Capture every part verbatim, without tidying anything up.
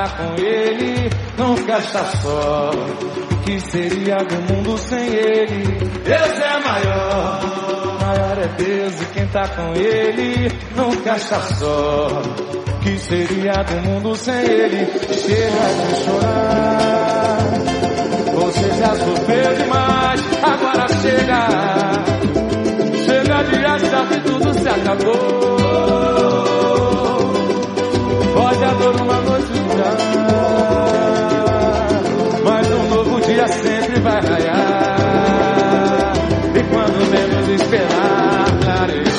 tá com ele nunca está só. O que seria do mundo sem ele? Deus é maior. Maior é Deus e quem tá com ele nunca está só. O que seria do mundo sem ele? Chega de chorar. Você já sofreu demais, agora chega. Chega de achar que tudo se acabou. Pode a dor uma noite durar, mas um novo dia sempre vai raiar. E quando menos esperar, clareia.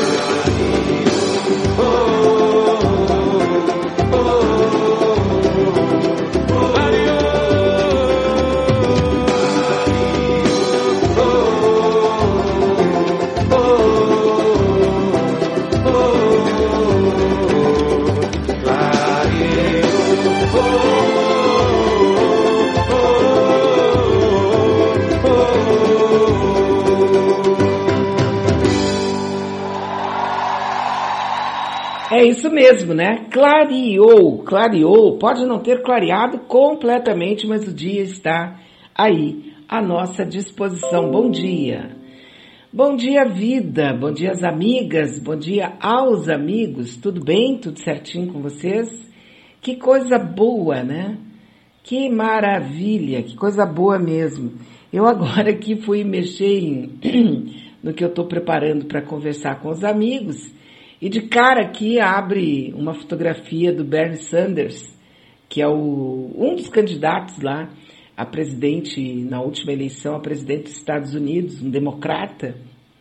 É isso mesmo, né? Clareou, clareou, pode não ter clareado completamente, mas o dia está aí, à nossa disposição. Bom dia. Bom dia, vida. Bom dia, as amigas. Bom dia aos amigos. Tudo bem? Tudo certinho com vocês? Que coisa boa, né? Que maravilha, que coisa boa mesmo. Eu agora que fui mexer em, no que eu estou preparando para conversar com os amigos. E de cara aqui abre uma fotografia do Bernie Sanders, que é o, um dos candidatos lá a presidente, na última eleição, a presidente dos Estados Unidos, um democrata.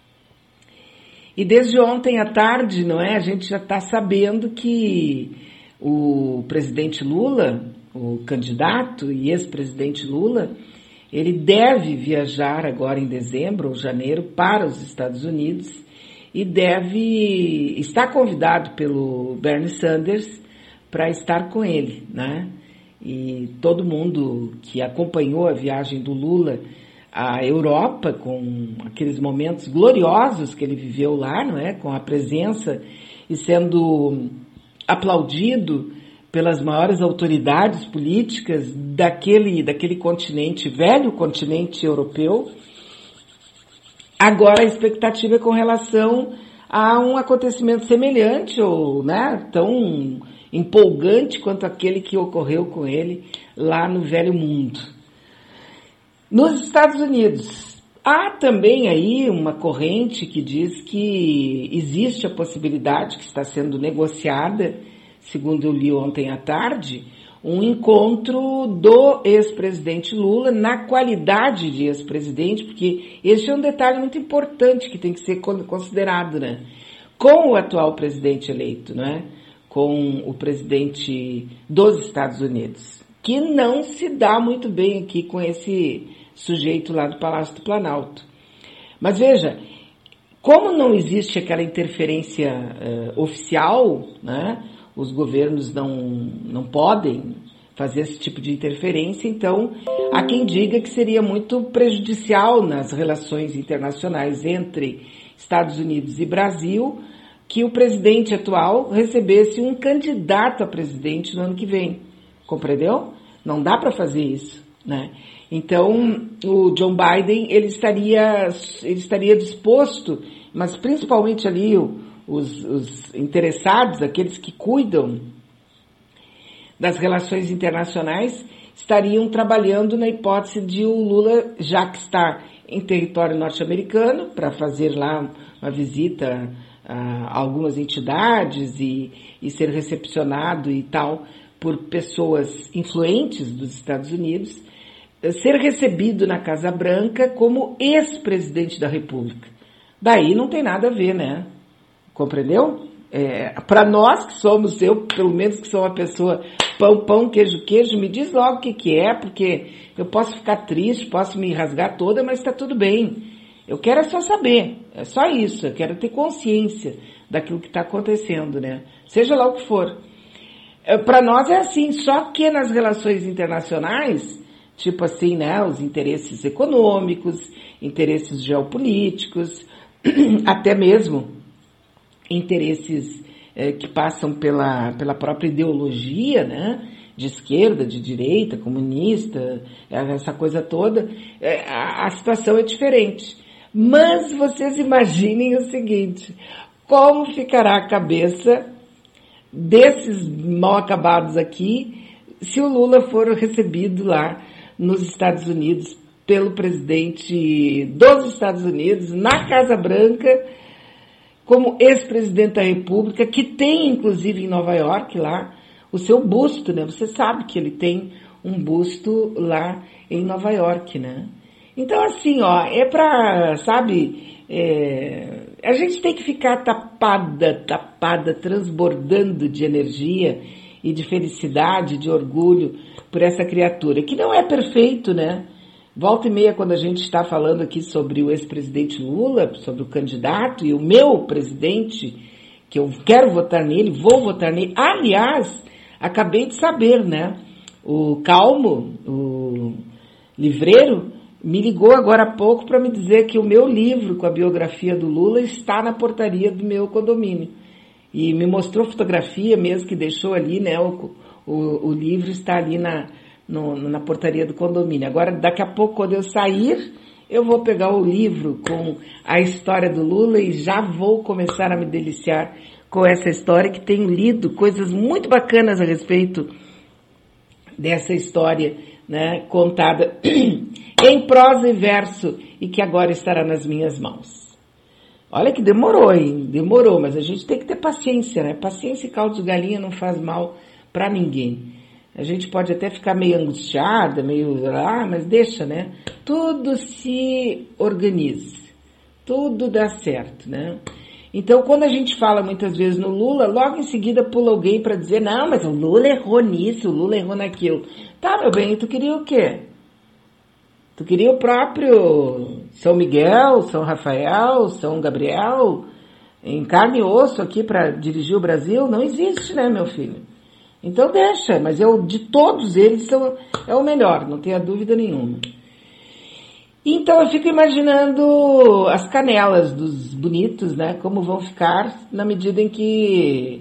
E desde ontem à tarde, não é, a gente já está sabendo que o presidente Lula, o candidato e ex-presidente Lula, ele deve viajar agora em dezembro ou janeiro para os Estados Unidos, e deve estar convidado pelo Bernie Sanders para estar com ele, né? E todo mundo que acompanhou a viagem do Lula à Europa, com aqueles momentos gloriosos que ele viveu lá, não é? Com a presença e sendo aplaudido pelas maiores autoridades políticas daquele, daquele continente, velho continente europeu. Agora a expectativa é com relação a um acontecimento semelhante ou, né, tão empolgante quanto aquele que ocorreu com ele lá no Velho Mundo. Nos Estados Unidos, há também aí uma corrente que diz que existe a possibilidade, que está sendo negociada, segundo eu li ontem à tarde, um encontro do ex-presidente Lula na qualidade de ex-presidente, porque esse é um detalhe muito importante que tem que ser considerado, né? Com o atual presidente eleito, né? Com o presidente dos Estados Unidos, que não se dá muito bem aqui com esse sujeito lá do Palácio do Planalto. Mas veja, como não existe aquela interferência uh, oficial, né? Os governos não, não podem fazer esse tipo de interferência, então há quem diga que seria muito prejudicial nas relações internacionais entre Estados Unidos e Brasil que o presidente atual recebesse um candidato a presidente no ano que vem. Compreendeu? Não dá para fazer isso, né? Então, o John Biden, ele estaria, ele estaria disposto, mas principalmente ali o Os, os interessados, aqueles que cuidam das relações internacionais, estariam trabalhando na hipótese de o Lula, já que está em território norte-americano, para fazer lá uma visita a algumas entidades e, e ser recepcionado e tal por pessoas influentes dos Estados Unidos, ser recebido na Casa Branca como ex-presidente da República. Daí não tem nada a ver, né? Compreendeu? É, para nós que somos, eu pelo menos que sou uma pessoa pão, pão, queijo, queijo, me diz logo o que, que é, porque eu posso ficar triste, posso me rasgar toda, mas está tudo bem. Eu quero é só saber, é só isso, eu quero ter consciência daquilo que está acontecendo, né? Seja lá o que for. É, para nós é assim, só que nas relações internacionais, tipo assim, né, os interesses econômicos, interesses geopolíticos, até mesmo interesses eh, que passam pela, pela própria ideologia, né, de esquerda, de direita, comunista, essa coisa toda, a, a situação é diferente. Mas vocês imaginem o seguinte, como ficará a cabeça desses mal acabados aqui se o Lula for recebido lá nos Estados Unidos pelo presidente dos Estados Unidos, na Casa Branca, como ex-presidente da República, que tem, inclusive, em Nova York, lá, o seu busto, né? Você sabe que ele tem um busto lá em Nova York, né? Então, assim, ó, é pra, sabe, é, a gente tem que ficar tapada, tapada, transbordando de energia e de felicidade, de orgulho por essa criatura, que não é perfeito, né? Volta e meia, quando a gente está falando aqui sobre o ex-presidente Lula, sobre o candidato e o meu presidente, que eu quero votar nele, vou votar nele. Aliás, acabei de saber, né? O Calmo, o livreiro, me ligou agora há pouco para me dizer que o meu livro com a biografia do Lula está na portaria do meu condomínio. E me mostrou fotografia mesmo, que deixou ali, né? O, o, o livro está ali na, no, na portaria do condomínio. Agora, daqui a pouco, quando eu sair, eu vou pegar o livro com a história do Lula e já vou começar a me deliciar com essa história, que tenho lido coisas muito bacanas a respeito dessa história, né, contada em prosa e verso e que agora estará nas minhas mãos. Olha que demorou, hein? Demorou, mas a gente tem que ter paciência, né? Paciência e caldo de galinha não faz mal para ninguém. A gente pode até ficar meio angustiada, meio... Ah, mas deixa, né? Tudo se organiza. Tudo dá certo, né? Então, quando a gente fala muitas vezes no Lula, logo em seguida pula alguém para dizer, não, mas o Lula errou nisso, o Lula errou naquilo. Tá, meu bem, tu queria o quê? Tu queria o próprio São Miguel, São Rafael, São Gabriel, em carne e osso aqui para dirigir o Brasil? Não existe, né, meu filho? Então deixa, mas eu, de todos eles, são, é o melhor, não tenha dúvida nenhuma. Então eu fico imaginando as canelas dos bonitos, né, como vão ficar na medida em que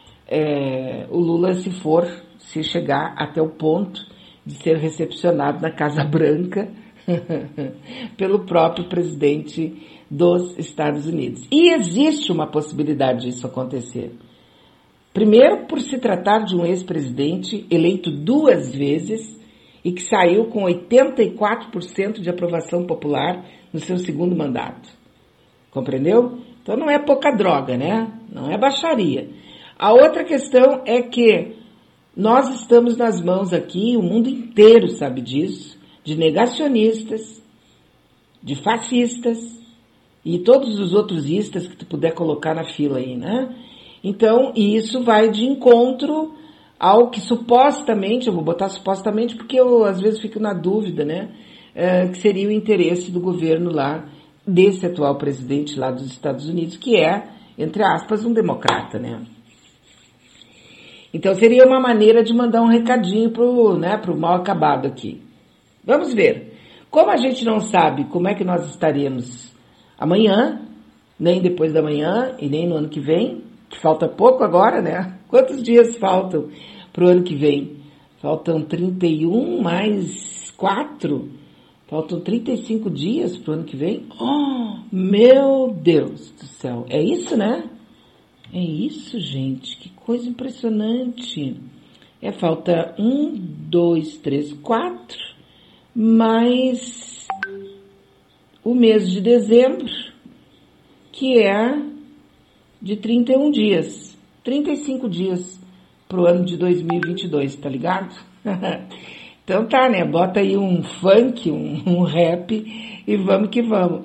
é, o Lula, se for, se chegar até o ponto de ser recepcionado na Casa Branca pelo próprio presidente dos Estados Unidos. E existe uma possibilidade disso acontecer. Primeiro, por se tratar de um ex-presidente eleito duas vezes e que saiu com oitenta e quatro por cento de aprovação popular no seu segundo mandato. Compreendeu? Então não é pouca droga, né? Não é baixaria. A outra questão é que nós estamos nas mãos aqui, o mundo inteiro sabe disso, de negacionistas, de fascistas e todos os outros istas que tu puder colocar na fila aí, né? Então, isso vai de encontro ao que supostamente, eu vou botar supostamente porque eu às vezes fico na dúvida, né? É, que seria o interesse do governo lá, desse atual presidente lá dos Estados Unidos, que é, entre aspas, um democrata, né? Então seria uma maneira de mandar um recadinho pro, né, pro mal acabado aqui. Vamos ver. Como a gente não sabe como é que nós estaremos amanhã, nem depois da manhã e nem no ano que vem, que falta pouco agora, né? Quantos dias faltam pro ano que vem? Faltam trinta e um mais quatro. Faltam trinta e cinco dias pro ano que vem. Oh, meu Deus do céu. É isso, né? É isso, gente. Que coisa impressionante. É, falta um, dois, três, quatro, mais o mês de dezembro, que é de trinta e um dias. trinta e cinco dias pro ano de dois mil e vinte e dois, tá ligado? Então tá, né? Bota aí um funk, um, um rap e vamos que vamos.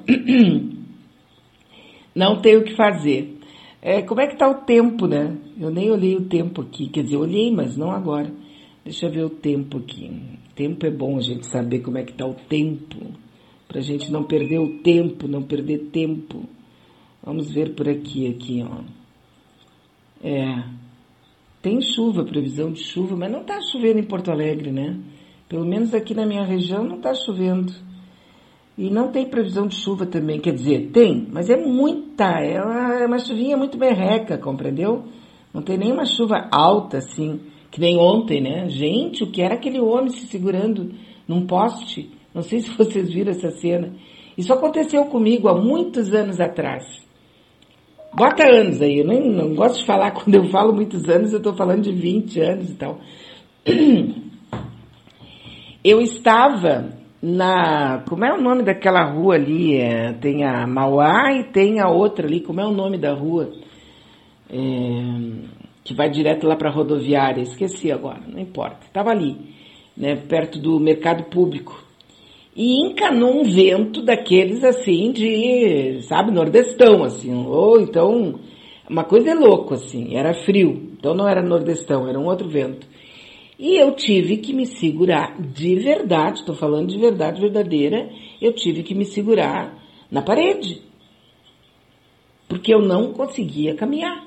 Não tem o que fazer. É, como é que tá o tempo, né? Eu nem olhei o tempo aqui. Quer dizer, olhei, mas não agora. Deixa eu ver o tempo aqui. Tempo é bom a gente saber como é que tá o tempo. Pra gente não perder o tempo, não perder tempo. Vamos ver por aqui, aqui, ó. É, tem chuva, previsão de chuva, mas não tá chovendo em Porto Alegre, né? Pelo menos aqui na minha região não tá chovendo. E não tem previsão de chuva também, quer dizer, tem, mas é muita, é uma, é uma chuvinha muito merreca, compreendeu? Não tem nem uma chuva alta, assim, Que nem ontem, né? Gente, o que era aquele homem se segurando num poste? Não sei se vocês viram essa cena. Isso aconteceu comigo há muitos anos atrás. Bota anos aí, eu nem, não gosto de falar, quando eu falo muitos anos, eu estou falando de vinte anos e tal. Eu estava na... Como é o nome daquela rua ali? É, tem a Mauá e tem a outra ali. Como é o nome da rua? É, que vai direto lá para a rodoviária. Esqueci agora, não importa. Estava ali, né, perto do mercado público. E encanou um vento daqueles assim de, sabe, nordestão, assim. Ou então, uma coisa é louco, assim. Era frio, então não era nordestão, era um outro vento. E eu tive que me segurar de verdade, estou falando de verdade verdadeira, eu tive que me segurar na parede. Porque eu não conseguia caminhar.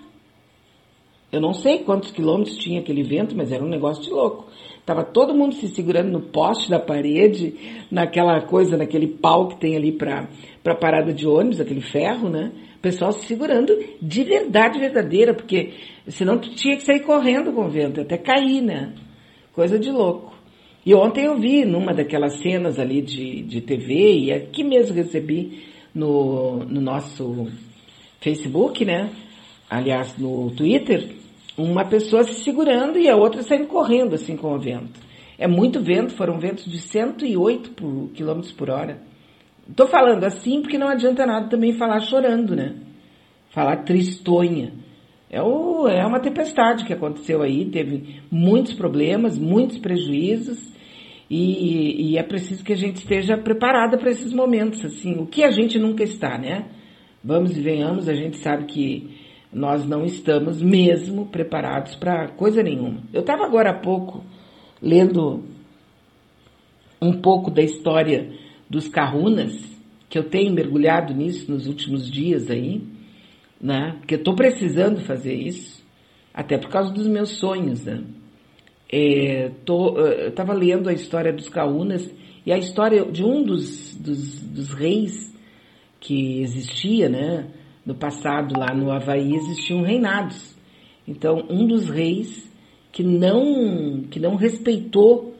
Eu não sei quantos quilômetros tinha aquele vento, mas era um negócio de louco. Tava todo mundo se segurando no poste da parede, naquela coisa, naquele pau que tem ali para para parada de ônibus, aquele ferro, né? O pessoal se segurando de verdade verdadeira, porque senão tu tinha que sair correndo com o vento, até cair, né? Coisa de louco. E ontem eu vi numa daquelas cenas ali de, de T V, e aqui mesmo recebi no, no nosso Facebook, né? Aliás, no Twitter, uma pessoa se segurando e a outra saindo correndo assim com o vento. É muito vento, foram ventos de cento e oito quilômetros por hora. Estou falando assim porque não adianta nada também falar chorando, né? Falar tristonha. É, o, é uma tempestade que aconteceu aí, teve muitos problemas, muitos prejuízos e, e é preciso que a gente esteja preparada para esses momentos, assim, o que a gente nunca está, né? Vamos e venhamos, a gente sabe que nós não estamos mesmo preparados para coisa nenhuma. Eu estava agora há pouco lendo um pouco da história dos Kahunas, que eu tenho mergulhado nisso nos últimos dias aí, né? Porque eu estou precisando fazer isso, até por causa dos meus sonhos, né? É, tô, eu estava lendo a história dos Kahunas e a história de um dos, dos, dos reis que existia, né? No passado, lá no Havaí, existiam reinados. Então, um dos reis que não, que não respeitou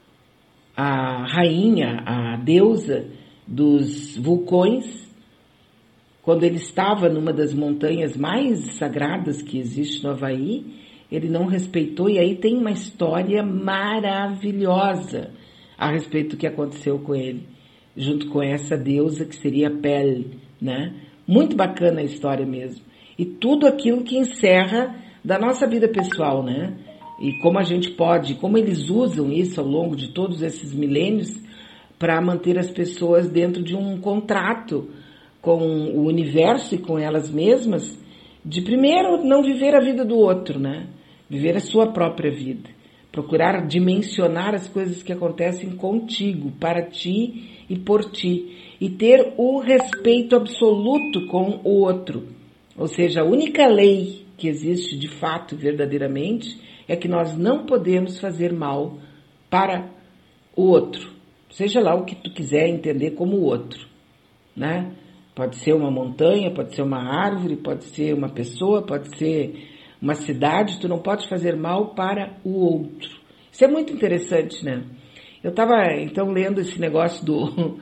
a rainha, a deusa dos vulcões, quando ele estava numa das montanhas mais sagradas que existe no Havaí, ele não respeitou, e aí tem uma história maravilhosa a respeito do que aconteceu com ele, junto com essa deusa que seria Pel, né? Muito bacana a história mesmo. E tudo aquilo que encerra da nossa vida pessoal, né? E como a gente pode, como eles usam isso ao longo de todos esses milênios para manter as pessoas dentro de um contrato com o universo e com elas mesmas, de primeiro não viver a vida do outro, né? Viver a sua própria vida. Procurar dimensionar as coisas que acontecem contigo, para ti e por ti. E ter o respeito absoluto com o outro. Ou seja, a única lei que existe de fato, verdadeiramente, é que nós não podemos fazer mal para o outro. Seja lá o que tu quiser entender como o outro, né? Pode ser uma montanha, pode ser uma árvore, pode ser uma pessoa, pode ser uma cidade. Tu não pode fazer mal para o outro. Isso é muito interessante, né? Eu estava, então, lendo esse negócio do,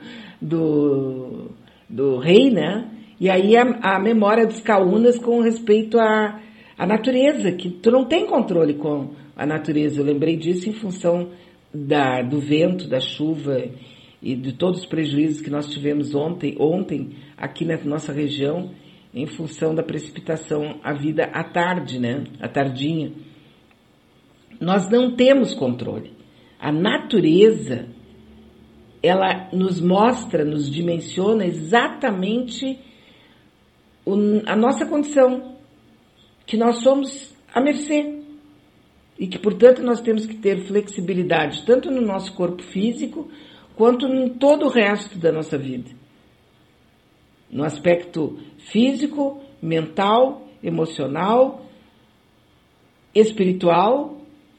do, do rei, né? E aí a, a memória dos Kahunas com respeito à, à natureza, que tu não tem controle com a natureza. Eu lembrei disso em função da, do vento, da chuva e de todos os prejuízos que nós tivemos ontem, ontem aqui na nossa região, em função da precipitação à vida à tarde, né? À tardinha. Nós não temos controle. A natureza, ela nos mostra, nos dimensiona exatamente o, a nossa condição, que nós somos à mercê. E que, portanto, nós temos que ter flexibilidade, tanto no nosso corpo físico, quanto em todo o resto da nossa vida. No aspecto físico, mental, emocional, espiritual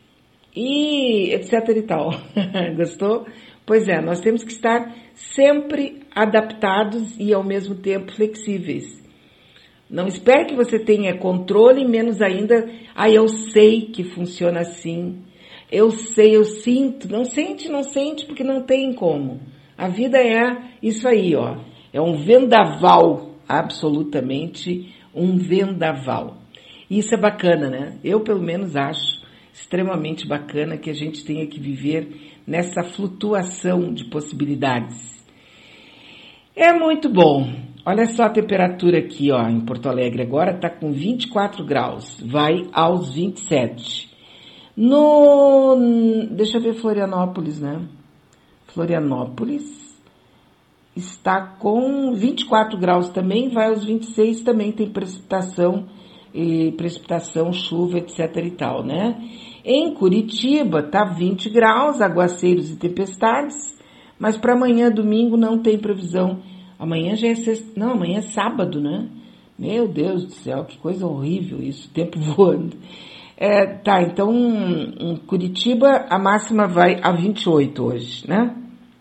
e etc e tal. Gostou? Pois é, nós temos que estar sempre adaptados e ao mesmo tempo flexíveis. Não espere que você tenha controle, menos ainda, ah, eu sei que funciona assim. Eu sei, eu sinto. Não sente, não sente, porque não tem como. A vida é isso aí, ó. É um vendaval, absolutamente um vendaval. Isso é bacana, né? Eu, pelo menos, acho extremamente bacana que a gente tenha que viver nessa flutuação de possibilidades. É muito bom. Olha só a temperatura aqui, ó, em Porto Alegre agora está com vinte e quatro graus, vai aos vinte e sete. No, deixa eu ver Florianópolis, né? Florianópolis está com vinte e quatro graus também, vai aos vinte e seis, também tem precipitação, e precipitação, chuva, etc e tal, né? Em Curitiba tá vinte graus, aguaceiros e tempestades, mas para amanhã, domingo, não tem previsão. Amanhã já é sexta, não, amanhã é sábado, né? Meu Deus do céu, que coisa horrível isso, o tempo voando. É, tá, então, em Curitiba, a máxima vai a vinte e oito hoje, né?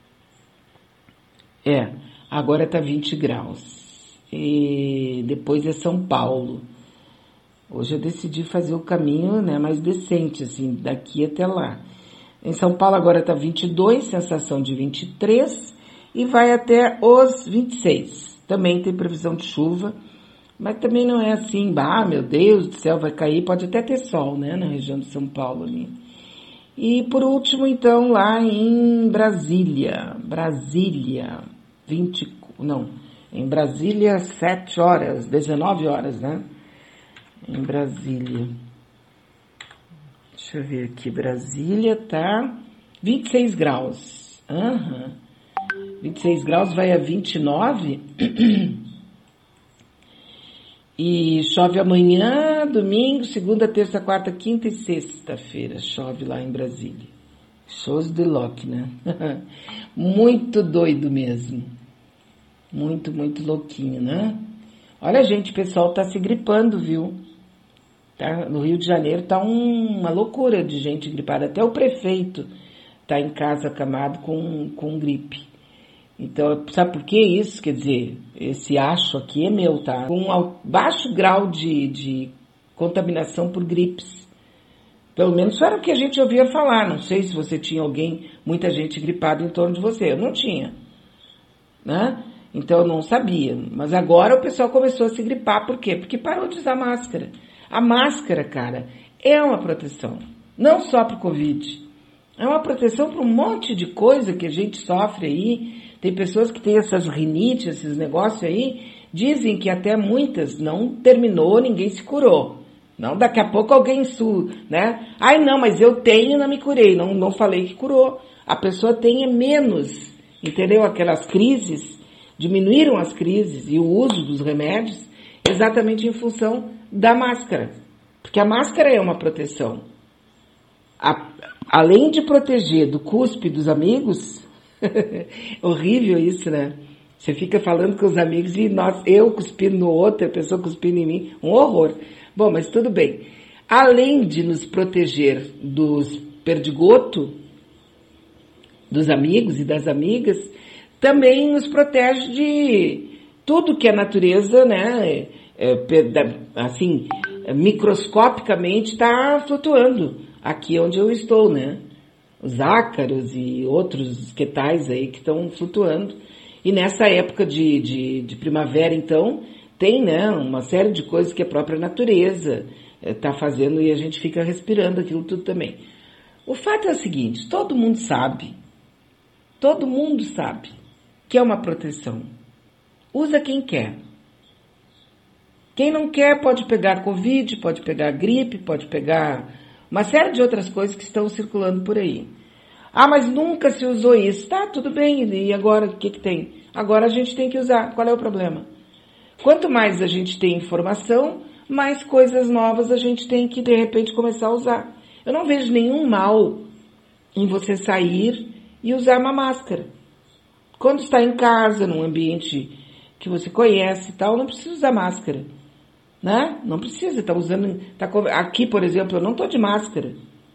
É, agora tá vinte graus. E depois é São Paulo. Hoje eu decidi fazer o caminho, né, mais decente, assim, daqui até lá. Em São Paulo agora tá vinte e dois, sensação de vinte e três, e vai até os vinte e seis. Também tem previsão de chuva, mas também não é assim, ah, meu Deus do céu, vai cair, pode até ter sol, né, na região de São Paulo ali. E por último, então, lá em Brasília, Brasília, vinte, não, em Brasília, sete horas, dezenove horas, né, em Brasília. Deixa eu ver aqui, Brasília tá vinte e seis graus, aham. Uhum. vinte e seis graus vai a vinte e nove, e chove amanhã, domingo, segunda, terça, quarta, quinta e sexta-feira, chove lá em Brasília. Shows de Loki, né? Muito doido mesmo, muito, muito louquinho, né? Olha, gente, o pessoal tá se gripando, viu? Tá? No Rio de Janeiro tá um, uma loucura de gente gripada, até o prefeito tá em casa acamado com, com gripe. Então, sabe por que isso? Quer dizer, esse acho aqui é meu, tá? Com um baixo grau de, de contaminação por gripes. Pelo menos era o que a gente ouvia falar. Não sei se você tinha alguém, muita gente gripada em torno de você. Eu não tinha, né? Então, eu não sabia. Mas agora o pessoal começou a se gripar. Por quê? Porque parou de usar máscara. A máscara, cara, é uma proteção. Não só para o Covid. É uma proteção para um monte de coisa que a gente sofre aí. Tem pessoas que têm essas rinites, esses negócios aí, dizem que até muitas não terminou, ninguém se curou. Não, daqui a pouco alguém su, né? Ai, não, mas eu tenho e não me curei. Não, não falei que curou. A pessoa tem menos, entendeu? Aquelas crises, diminuíram as crises e o uso dos remédios exatamente em função da máscara. Porque a máscara é uma proteção. A, além de proteger do cuspe dos amigos... Horrível isso, né? Você fica falando com os amigos e nós, eu cuspindo no outro, a pessoa cuspindo em mim. Um horror. Bom, mas tudo bem. Além de nos proteger dos perdigoto, dos amigos e das amigas, também nos protege de tudo que a natureza, né, é, assim, microscopicamente está flutuando aqui onde eu estou, né? Os ácaros e outros que-tais aí que estão flutuando. E nessa época de, de, de primavera, então, tem, né, uma série de coisas que a própria natureza está é, fazendo e a gente fica respirando aquilo tudo também. O fato é o seguinte, todo mundo sabe, todo mundo sabe que é uma proteção. Usa quem quer. Quem não quer pode pegar Covid, pode pegar gripe, pode pegar... uma série de outras coisas que estão circulando por aí. Ah, mas nunca se usou isso. Tá, tudo bem, e agora o que que tem? Agora a gente tem que usar. Qual é o problema? Quanto mais a gente tem informação, mais coisas novas a gente tem que, de repente, começar a usar. Eu não vejo nenhum mal em você sair e usar uma máscara. Quando está em casa, num ambiente que você conhece e tal, não precisa usar máscara. Né? Não precisa, tá usando, tá, aqui, por exemplo, eu não tô de máscara.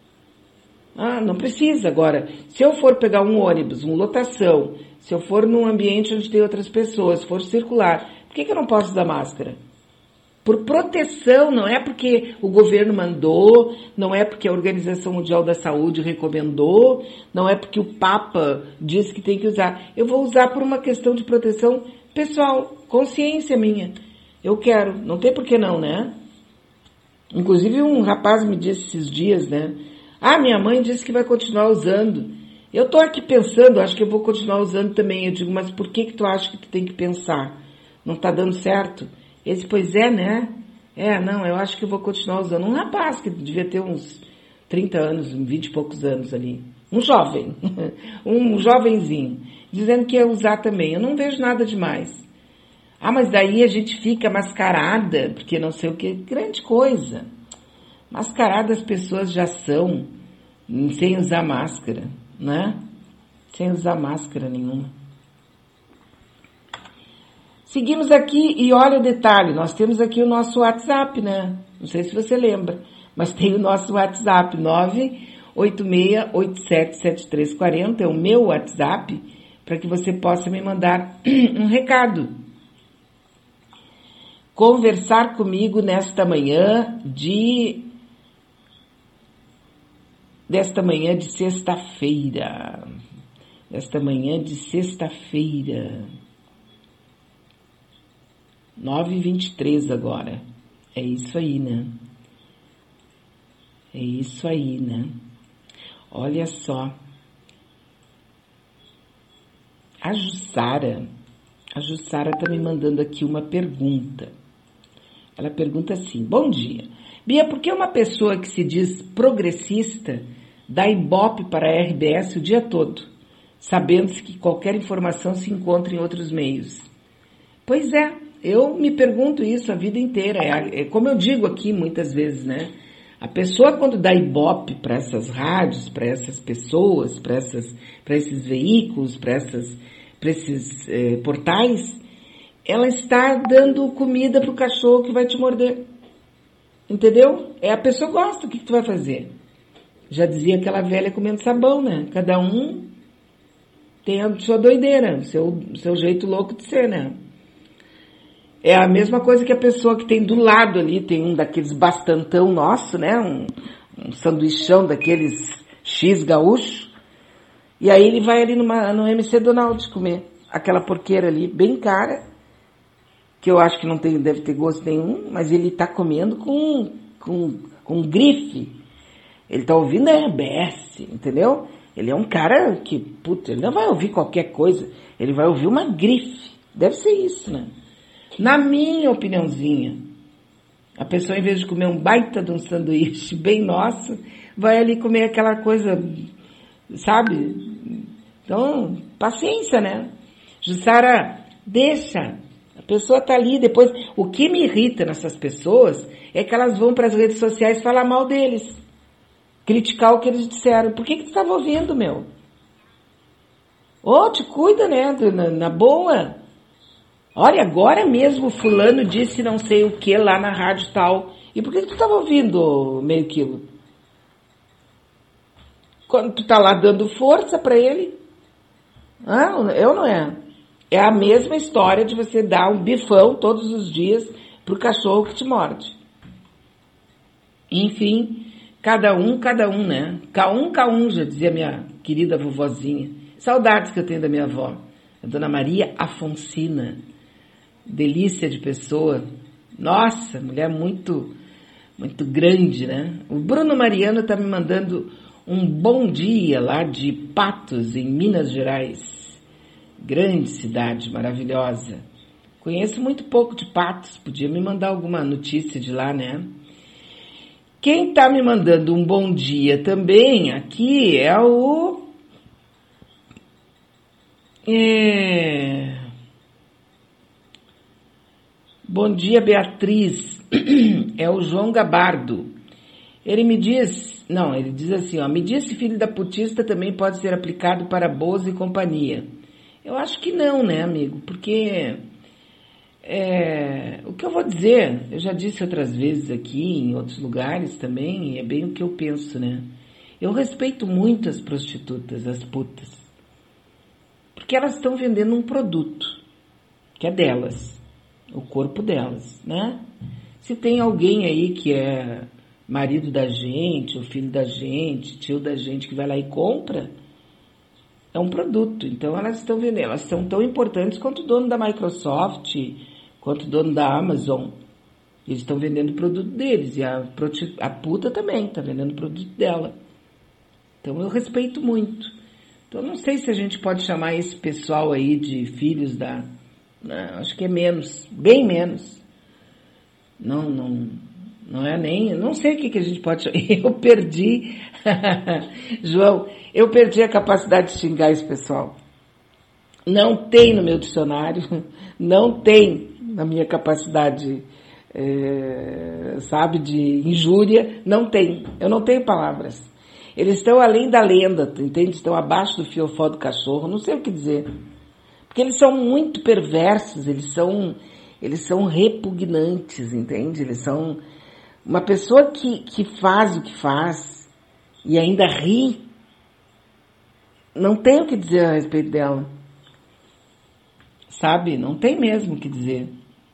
Ah, não precisa. Agora, se eu for pegar um ônibus, uma lotação, se eu for num ambiente onde tem outras pessoas, se for circular, por que que eu não posso usar máscara? por proteção, não é porque o governo mandou, não é porque a Organização Mundial da Saúde recomendou, não é porque o Papa disse que tem que usar. Eu vou usar por uma questão de proteção pessoal, consciência minha. Eu quero, não tem por que não, né? Inclusive um rapaz me disse esses dias, né? Ah, minha mãe disse que vai continuar usando. Eu tô aqui pensando, acho que eu vou continuar usando também. Eu digo, mas por que que tu acha que tu tem que pensar? Não tá dando certo? Ele disse, pois é, né? É, não, eu acho que eu vou continuar usando. Um rapaz que devia ter uns trinta anos, vinte e poucos anos ali. Um jovem, um jovenzinho, dizendo que ia usar também. Eu não vejo nada demais. Ah, mas daí a gente fica mascarada, porque não sei o que, grande coisa. Mascarada as pessoas já são, sem usar máscara, né? Sem usar máscara nenhuma. Seguimos aqui e olha o detalhe, nós temos aqui o nosso WhatsApp, né? Não sei se você lembra, mas tem o nosso WhatsApp, nove oito seis oito sete sete três quatro zero, é o meu WhatsApp, para que você possa me mandar um recado. Conversar comigo nesta manhã de... Desta manhã de sexta-feira. Desta manhã de sexta-feira. nove e vinte e três agora. É isso aí, né? É isso aí, né? Olha só. A Jussara, a Jussara tá me mandando aqui uma pergunta. Ela pergunta assim, bom dia. Bia, por que uma pessoa que se diz progressista dá ibope para a R B S o dia todo, sabendo-se que qualquer informação se encontra em outros meios? Pois é, eu me pergunto isso a vida inteira. É, é como eu digo aqui muitas vezes, né? A pessoa quando dá ibope para essas rádios, para essas pessoas, para essas, para esses veículos, para essas, para esses eh, portais, ela está dando comida para o cachorro que vai te morder. Entendeu? É, a pessoa gosta, o que, que tu vai fazer? Já dizia aquela velha comendo sabão, né? Cada um tem a sua doideira, o seu, seu jeito louco de ser, né? É a mesma coisa que a pessoa que tem do lado ali, tem um daqueles bastantão nosso, né? Um, um sanduichão daqueles X gaúcho. E aí ele vai ali numa, no M C Donald comer aquela porqueira ali, bem cara, que eu acho que não tem, deve ter gosto nenhum, mas ele tá comendo com, com, com grife. Ele tá ouvindo a R B S, entendeu? Ele é um cara que, puta, ele não vai ouvir qualquer coisa, ele vai ouvir uma grife. Deve ser isso, né? Na minha opiniãozinha, a pessoa, em vez de comer um baita de um sanduíche bem nosso, vai ali comer aquela coisa, sabe? Então, paciência, né? Jussara, deixa. A pessoa tá ali, depois... O que me irrita nessas pessoas é que elas vão para as redes sociais falar mal deles. Criticar o que eles disseram. Por que que tu estava ouvindo, meu? Ô, te cuida, né? Na, na boa. Olha, agora mesmo fulano disse não sei o que lá na rádio tal. E por que que tu estava ouvindo meio quilo? Quando tu tá lá dando força para ele? Ah, eu não é. É a mesma história de você dar um bifão todos os dias pro cachorro que te morde. Enfim, cada um, cada um, né? Cá um, cá um, já dizia minha querida vovozinha. Saudades que eu tenho da minha avó. A dona Maria Afonsina. Delícia de pessoa. Nossa, mulher muito, muito grande, né? O Bruno Mariano tá me mandando um bom dia lá de Patos, em Minas Gerais. Grande cidade, maravilhosa. Conheço muito pouco de Patos, podia me mandar alguma notícia de lá, né? Quem tá me mandando um bom dia também aqui é o... É... Bom dia, Beatriz. É o João Gabardo. Ele me diz... Não, ele diz assim, ó. Me diz se filho da putista também pode ser aplicado para Bozo e companhia. Eu acho que não, né, amigo? Porque... É, o que eu vou dizer, eu já disse outras vezes aqui, em outros lugares também, e é bem o que eu penso, né? Eu respeito muito as prostitutas, as putas. Porque elas estão vendendo um produto, que é delas, o corpo delas, né? Se tem alguém aí que é marido da gente, ou filho da gente, tio da gente, que vai lá e compra, é um produto. Então elas estão vendendo, elas são tão importantes quanto o dono da Microsoft, quanto o dono da Amazon. Eles estão vendendo o produto deles, e a, a puta também está vendendo o produto dela. Então eu respeito muito. Então não sei se a gente pode chamar esse pessoal aí de filhos da... Não, acho que é menos, bem menos. Não, não, não é nem... Não sei o que, que a gente pode chamar. Eu perdi... João, eu perdi a capacidade de xingar esse pessoal. Não tem no meu dicionário, não tem na minha capacidade, é, sabe, de injúria, não tem. Eu não tenho palavras. Eles estão além da lenda, entende? Estão abaixo do fiofó do cachorro, não sei o que dizer. Porque eles são muito perversos, eles são, eles são repugnantes, entende? Eles são uma pessoa que, que faz o que faz e ainda ri. Não tem o que dizer a respeito dela. Sabe? Não tem mesmo o que dizer.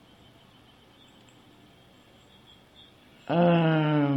Ah,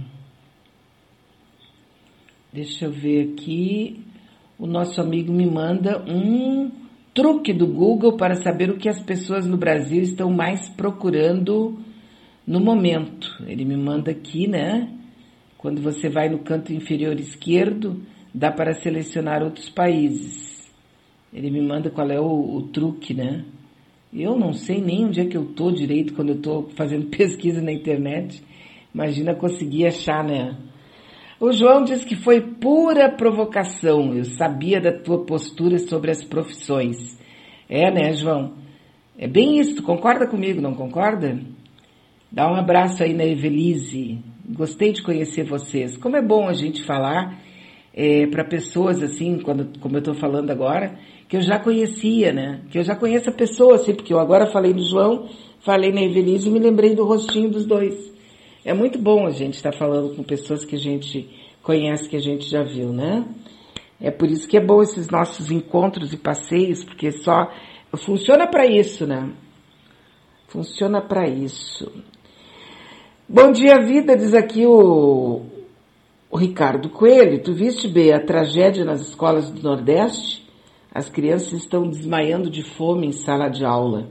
deixa eu ver aqui. O nosso amigo me manda um truque do Google para saber o que as pessoas no Brasil estão mais procurando no momento. Ele me manda aqui, né? Quando você vai no canto inferior esquerdo, dá para selecionar outros países. Ele me manda qual é o, o truque, né? Eu não sei nem onde é que eu tô direito quando eu tô fazendo pesquisa na internet. Imagina conseguir achar, né? O João diz que foi pura provocação. Eu sabia da tua postura sobre as profissões. É, né, João? É bem isso. Tu concorda comigo, não concorda? Dá um abraço aí na Evelise. Gostei de conhecer vocês. Como é bom a gente falar é, para pessoas assim, quando, como eu estou falando agora, que eu já conhecia, né? Que eu já conheço a pessoa, assim, porque eu agora falei do João, falei na Evelise e me lembrei do rostinho dos dois. É muito bom a gente estar falando com pessoas que a gente conhece, que a gente já viu, né? É por isso que é bom esses nossos encontros e passeios, porque só funciona para isso, né? Funciona para isso. Bom dia, vida, diz aqui o, o Ricardo Coelho. Tu viste, Bê, a tragédia nas escolas do Nordeste? As crianças estão desmaiando de fome em sala de aula.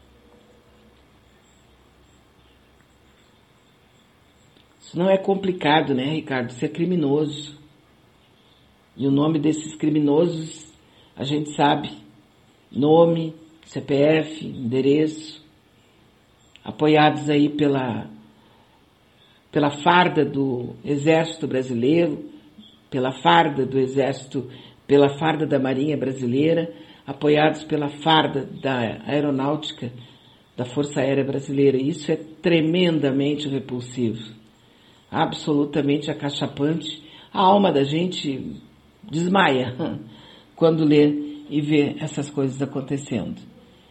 Isso não é complicado, né, Ricardo? Isso é criminoso. E o nome desses criminosos, a gente sabe. Nome, C P F, endereço. Apoiados aí pela, pela farda do Exército Brasileiro, pela farda do Exército, pela farda da Marinha Brasileira, apoiados pela farda da Aeronáutica, da Força Aérea Brasileira. Isso é tremendamente repulsivo. Absolutamente acachapante. A alma da gente desmaia quando lê e vê essas coisas acontecendo.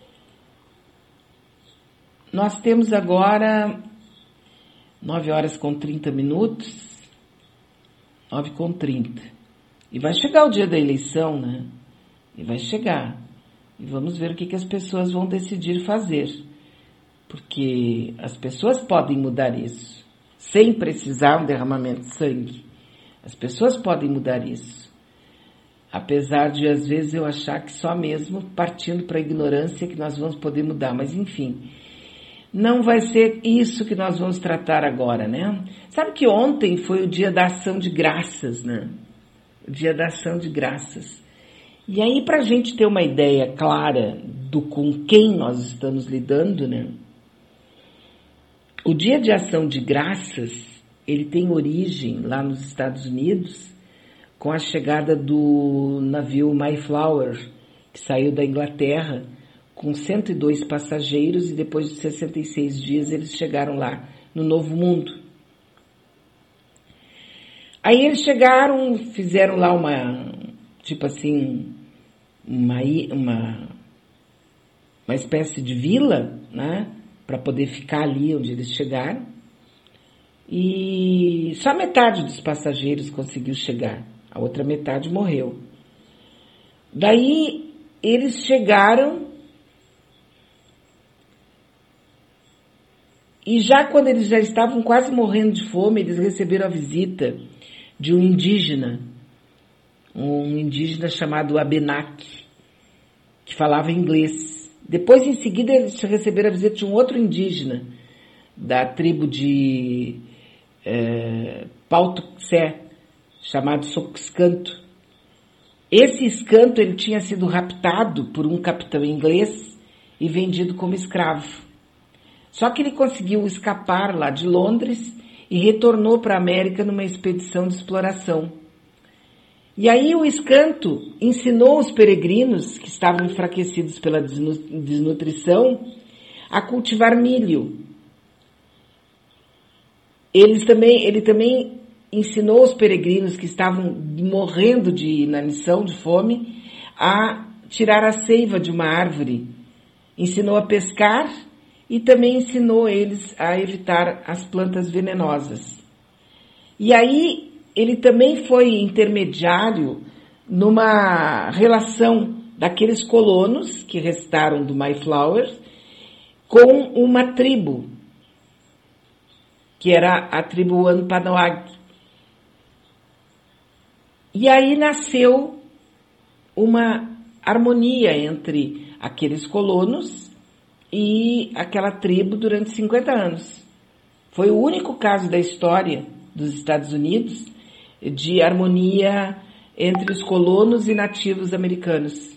Nós temos agora nove horas com trinta minutos, nove com trinta. E vai chegar o dia da eleição, né? E vai chegar. E vamos ver o que, que as pessoas vão decidir fazer. Porque as pessoas podem mudar isso. Sem precisar um derramamento de sangue. As pessoas podem mudar isso. Apesar de, às vezes, eu achar que só mesmo partindo para a ignorância que nós vamos poder mudar. Mas, enfim, não vai ser isso que nós vamos tratar agora, né? Sabe que ontem foi o dia da ação de graças, né? O dia da ação de graças. E aí, para a gente ter uma ideia clara do com quem nós estamos lidando, né? O Dia de Ação de Graças, ele tem origem lá nos Estados Unidos com a chegada do navio Mayflower, que saiu da Inglaterra com cento e dois passageiros e depois de sessenta e seis dias eles chegaram lá no Novo Mundo. Aí eles chegaram, fizeram lá uma, tipo assim, uma, uma, uma espécie de vila, né? Para poder ficar ali onde eles chegaram. E só metade dos passageiros conseguiu chegar. A outra metade morreu. Daí eles chegaram E já quando eles já estavam quase morrendo de fome, eles receberam a visita de um indígena, um indígena chamado Abenaki, que falava inglês. Depois, em seguida, eles receberam a visita de um outro indígena, da tribo de é, Pautuxé, chamado Soxcanto. Esse escanto ele tinha sido raptado por um capitão inglês e vendido como escravo. Só que ele conseguiu escapar lá de Londres e retornou para a América numa expedição de exploração. E aí o escanto ensinou os peregrinos, que estavam enfraquecidos pela desnutrição, a cultivar milho. Eles também, ele também ensinou os peregrinos que estavam morrendo de inanição, de fome, a tirar a seiva de uma árvore. Ensinou a pescar e também ensinou eles a evitar as plantas venenosas. E aí ele também foi intermediário numa relação daqueles colonos que restaram do Mayflower com uma tribo, que era a tribo Wampanoag. E aí nasceu uma harmonia entre aqueles colonos e aquela tribo durante cinquenta anos. Foi o único caso da história dos Estados Unidos de harmonia entre os colonos e nativos americanos.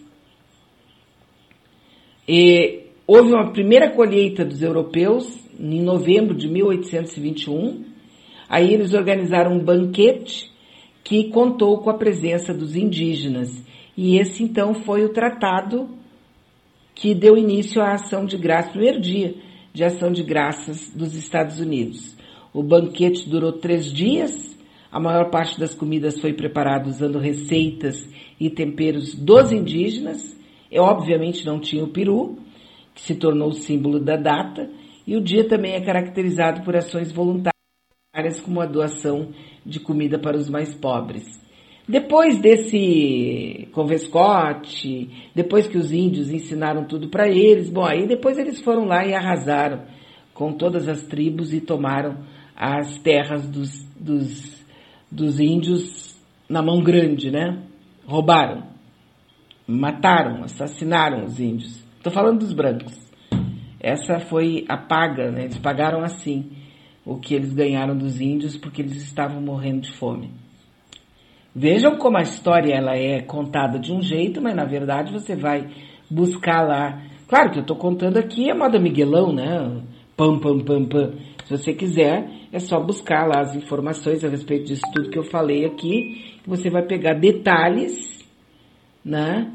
E houve uma primeira colheita dos europeus em novembro de mil oitocentos e vinte e um. Aí eles organizaram um banquete que contou com a presença dos indígenas. E esse, então, foi o tratado que deu início à ação de graças, primeiro dia de ação de graças dos Estados Unidos. O banquete durou três dias. A maior parte das comidas foi preparada usando receitas e temperos dos indígenas. E, obviamente, não tinha o peru, que se tornou o símbolo da data. E o dia também é caracterizado por ações voluntárias, como a doação de comida para os mais pobres. Depois desse convescote, depois que os índios ensinaram tudo para eles, bom, aí depois eles foram lá e arrasaram com todas as tribos e tomaram as terras dos, dos, dos índios na mão grande, né? Roubaram, mataram, assassinaram os índios. Estou falando dos brancos. Essa foi a paga, né? Eles pagaram assim o que eles ganharam dos índios porque eles estavam morrendo de fome. Vejam como a história ela é contada de um jeito, mas na verdade você vai buscar lá. Claro que eu estou contando aqui a moda Miguelão, né? Pam, pam, pam, pam. Se você quiser, é só buscar lá as informações a respeito disso tudo que eu falei aqui. Você vai pegar detalhes, né?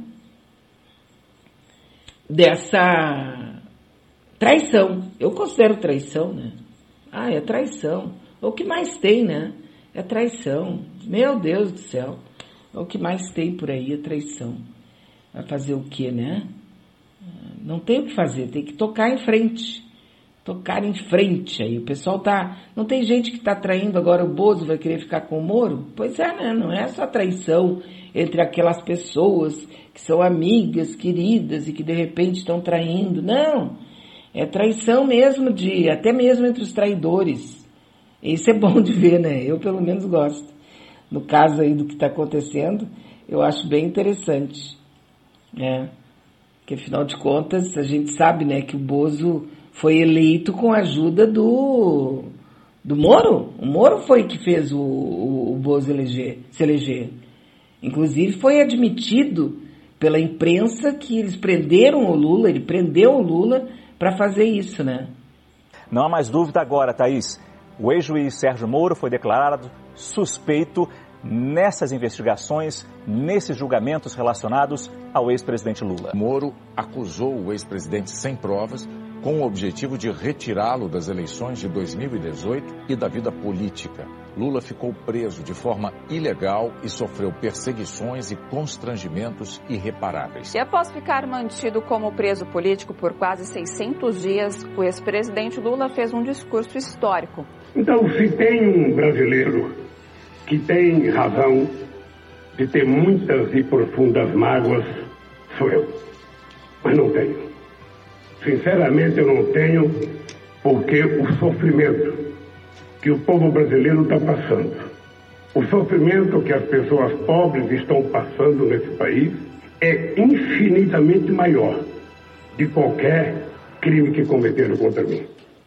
Dessa traição. Eu considero traição, né? Ah, é traição. O que mais tem, né? É traição. Meu Deus do céu. O que mais tem por aí é traição. Vai fazer o quê, né? Não tem o que fazer, tem que tocar em frente. Tocar em frente aí. O pessoal tá... Não tem gente que tá traindo agora o Bozo, vai querer ficar com o Moro? Pois é, né? Não é só traição entre aquelas pessoas que são amigas, queridas e que de repente estão traindo. Não. É traição mesmo de... Até mesmo entre os traidores. Isso é bom de ver, né? Eu, pelo menos, gosto. No caso aí do que está acontecendo, eu acho bem interessante, né? Porque, afinal de contas, a gente sabe, né, que o Bozo foi eleito com a ajuda do, do Moro. O Moro foi que fez o, o, o Bozo eleger, se eleger. Inclusive, foi admitido pela imprensa que eles prenderam o Lula, ele prendeu o Lula para fazer isso, né? Não há mais dúvida agora, Thaís. O ex-juiz Sérgio Moro foi declarado suspeito nessas investigações, nesses julgamentos relacionados ao ex-presidente Lula. Moro acusou o ex-presidente sem provas, com o objetivo de retirá-lo das eleições de dois mil e dezoito e da vida política. Lula ficou preso de forma ilegal e sofreu perseguições e constrangimentos irreparáveis. E após ficar mantido como preso político por quase seiscentos dias, o ex-presidente Lula fez um discurso histórico. Então, se tem um brasileiro que tem razão de ter muitas e profundas mágoas, sou eu. Mas não tenho. Sinceramente, eu não tenho, porque o sofrimento que o povo brasileiro está passando, o sofrimento que as pessoas pobres estão passando nesse país é infinitamente maior de qualquer crime que cometeram contra mim.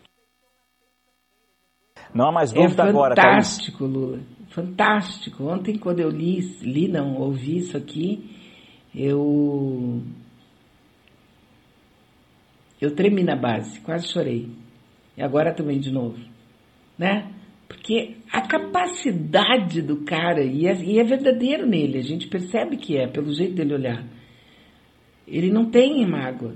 Não há mais dúvida é agora, fantástico, Lula. Fantástico. Ontem, quando eu li, li, não, ouvi isso aqui, eu... Eu tremi na base, quase chorei. E agora também de novo, né? Porque a capacidade do cara, e é, e é verdadeiro nele, a gente percebe que é, pelo jeito dele olhar. Ele não tem mágoa.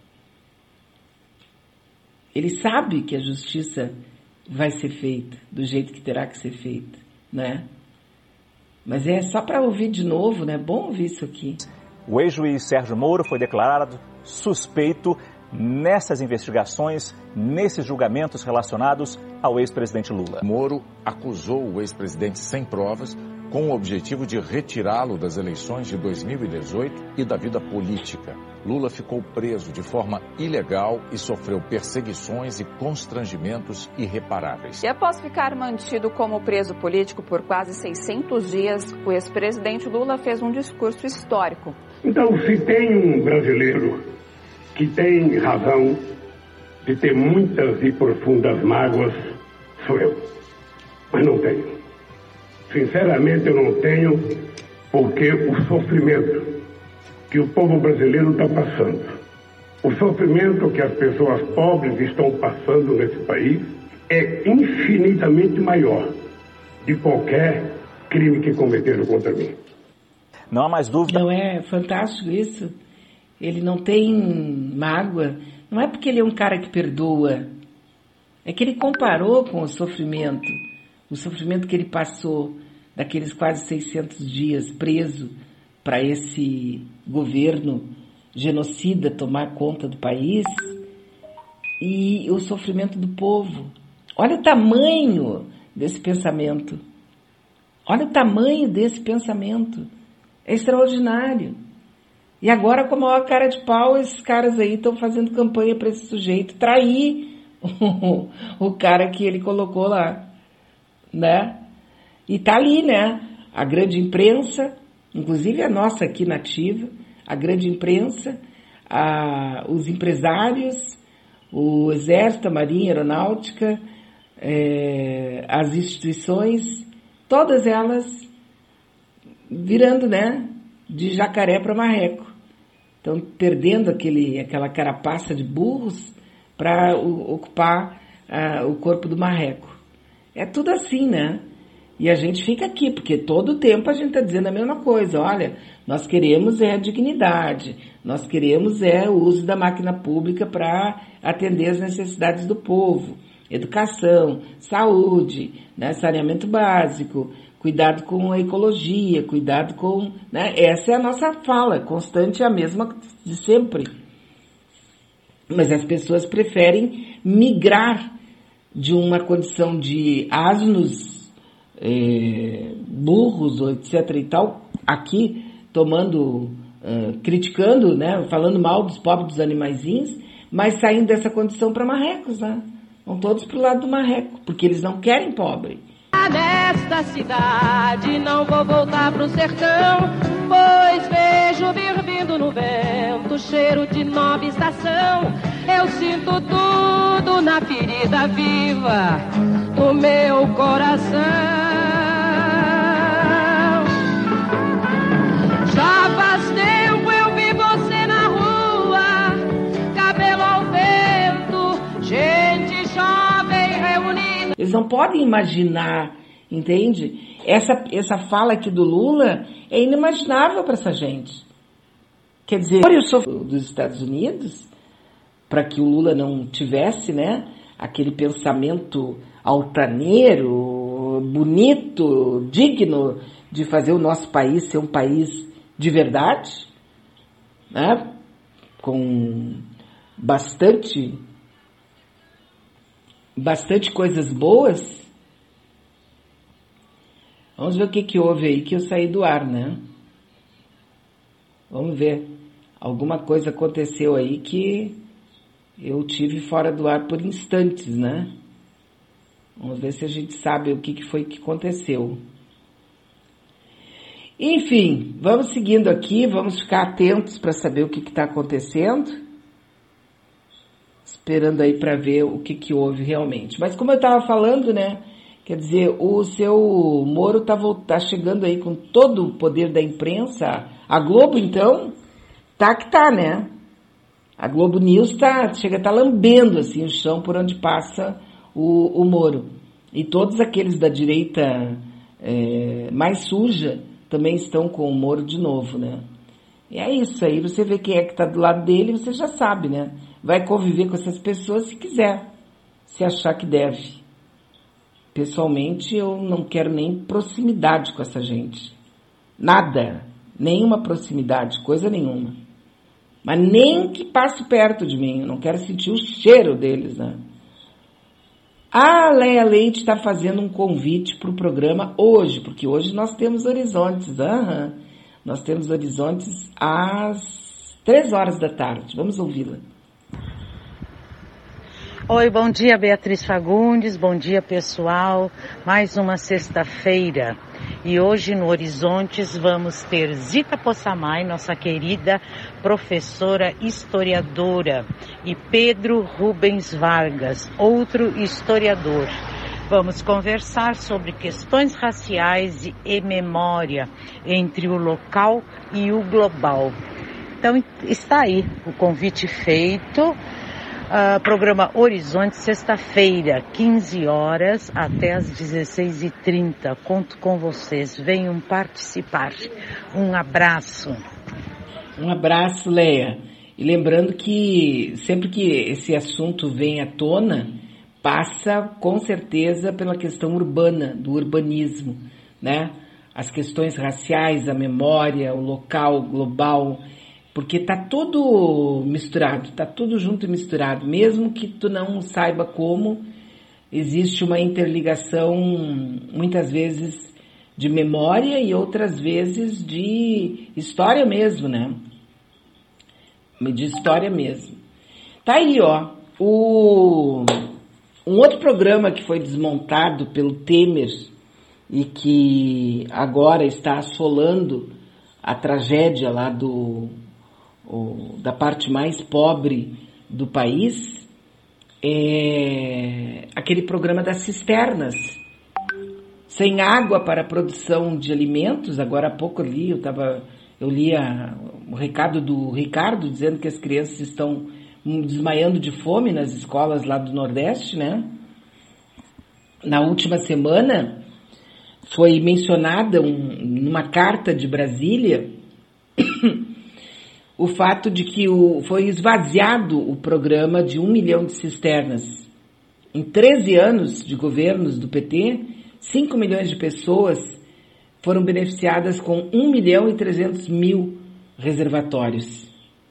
Ele sabe que a justiça vai ser feita, do jeito que terá que ser feita, né? Mas é só para ouvir de novo, né? É bom ouvir isso aqui. O ex-juiz Sérgio Moro foi declarado suspeito nessas investigações, nesses julgamentos relacionados ao ex-presidente Lula. Moro acusou o ex-presidente sem provas, com o objetivo de retirá-lo das eleições de dois mil e dezoito e da vida política. Lula ficou preso de forma ilegal e sofreu perseguições e constrangimentos irreparáveis. E após ficar mantido como preso político por quase seiscentos dias, o ex-presidente Lula fez um discurso histórico. Então, se tem um brasileiro que tem razão de ter muitas e profundas mágoas, sou eu. Mas não tenho. Sinceramente, eu não tenho, porque o sofrimento que o povo brasileiro está passando, o sofrimento que as pessoas pobres estão passando nesse país é infinitamente maior de qualquer crime que cometeram contra mim. Não há mais dúvida. Não é fantástico isso? Ele não tem mágoa. Não é porque ele é um cara que perdoa. É que ele comparou com o sofrimento. O sofrimento que ele passou daqueles quase seiscentos dias preso para esse governo genocida tomar conta do país e o sofrimento do povo. Olha o tamanho desse pensamento. Olha o tamanho desse pensamento. É extraordinário. E agora, com a maior cara de pau, esses caras aí estão fazendo campanha para esse sujeito trair o, o cara que ele colocou lá, né? E tá ali, né? A grande imprensa, inclusive a nossa aqui nativa, a grande imprensa, a, os empresários, o Exército, a Marinha, a Aeronáutica, é, as instituições, todas elas virando, né? De jacaré para marreco. Estão perdendo aquele, aquela carapaça de burros para ocupar uh, o corpo do marreco. É tudo assim, né? E a gente fica aqui, porque todo tempo a gente está dizendo a mesma coisa. Olha, nós queremos é a dignidade, nós queremos é o uso da máquina pública para atender as necessidades do povo. Educação, saúde, né, saneamento básico, cuidado com a ecologia, cuidado com... Né, essa é a nossa fala, constante, a mesma de sempre. Mas as pessoas preferem migrar de uma condição de asnos, é, burros, etc e tal, aqui tomando, uh, criticando, né, falando mal dos pobres, dos animaizinhos, mas saindo dessa condição para marrecos, né? Vão todos para o lado do marreco, porque eles não querem pobre. Nesta cidade não vou voltar pro sertão, pois vejo vir vindo no vento cheiro de nova estação. Eu sinto tudo na ferida viva do meu coração. Já faz tempo eu vi você na rua, cabelo ao vento, gente jovem reunida. Eles não podem imaginar, entende? Essa, essa fala aqui do Lula é inimaginável para essa gente. Quer dizer, eu sou dos Estados Unidos, para que o Lula não tivesse, né, aquele pensamento altaneiro, bonito, digno de fazer o nosso país ser um país de verdade, né, com bastante... bastante coisas boas. Vamos ver o que que houve aí que eu saí do ar, né? Vamos ver. Alguma coisa aconteceu aí que Eu tive fora do ar por instantes, né? Vamos ver se a gente sabe o que, que foi que aconteceu. Enfim, vamos seguindo aqui, vamos ficar atentos para saber o que está acontecendo. Esperando aí para ver o que, que houve realmente. Mas como eu estava falando, né? Quer dizer, o seu Moro está tá chegando aí com todo o poder da imprensa. A Globo, então, tá que tá, né? A Globo News tá, chega a estar tá lambendo assim, o chão por onde passa o, o Moro. E todos aqueles da direita é, mais suja também estão com o Moro de novo, né? E é isso aí, você vê quem é que está do lado dele, você já sabe, né? Vai conviver com essas pessoas se quiser, se achar que deve. Pessoalmente, eu não quero nem proximidade com essa gente. Nada. Nenhuma proximidade, coisa nenhuma. Mas nem que passe perto de mim, eu não quero sentir o cheiro deles, né? A Leia Leite está fazendo um convite para o programa hoje, porque hoje nós temos horizontes, uhum. Nós temos horizontes às três horas da tarde. Vamos ouvi-la. Oi, bom dia, Beatriz Fagundes, bom dia, pessoal. Mais uma sexta-feira e hoje no Horizontes vamos ter Zita Possamay, nossa querida professora historiadora, e Pedro Rubens Vargas, outro historiador. Vamos conversar sobre questões raciais e memória entre o local e o global. Então está aí o convite feito. Uh, programa Horizonte, sexta-feira, quinze horas até as dezesseis e trinta. Conto com vocês. Venham participar. Um abraço. Um abraço, Leia. E lembrando que sempre que esse assunto vem à tona, passa com certeza pela questão urbana, do urbanismo, né? As questões raciais, a memória, o local, o global. Porque tá tudo misturado, tá tudo junto e misturado. Mesmo que tu não saiba como, existe uma interligação, muitas vezes, de memória e outras vezes de história mesmo, né? De história mesmo. Tá aí, ó, o, um outro programa que foi desmontado pelo Temer e que agora está assolando a tragédia lá do... O, da parte mais pobre do país, é aquele programa das cisternas, sem água para a produção de alimentos. Agora há pouco eu li, eu, tava, eu li a, o recado do Ricardo dizendo que as crianças estão desmaiando de fome nas escolas lá do Nordeste, né? Na última semana foi mencionada um, numa carta de Brasília o fato de que o, foi esvaziado o programa de um milhão de cisternas. Em treze anos de governos do P T, cinco milhões de pessoas foram beneficiadas com um milhão e trezentos mil reservatórios.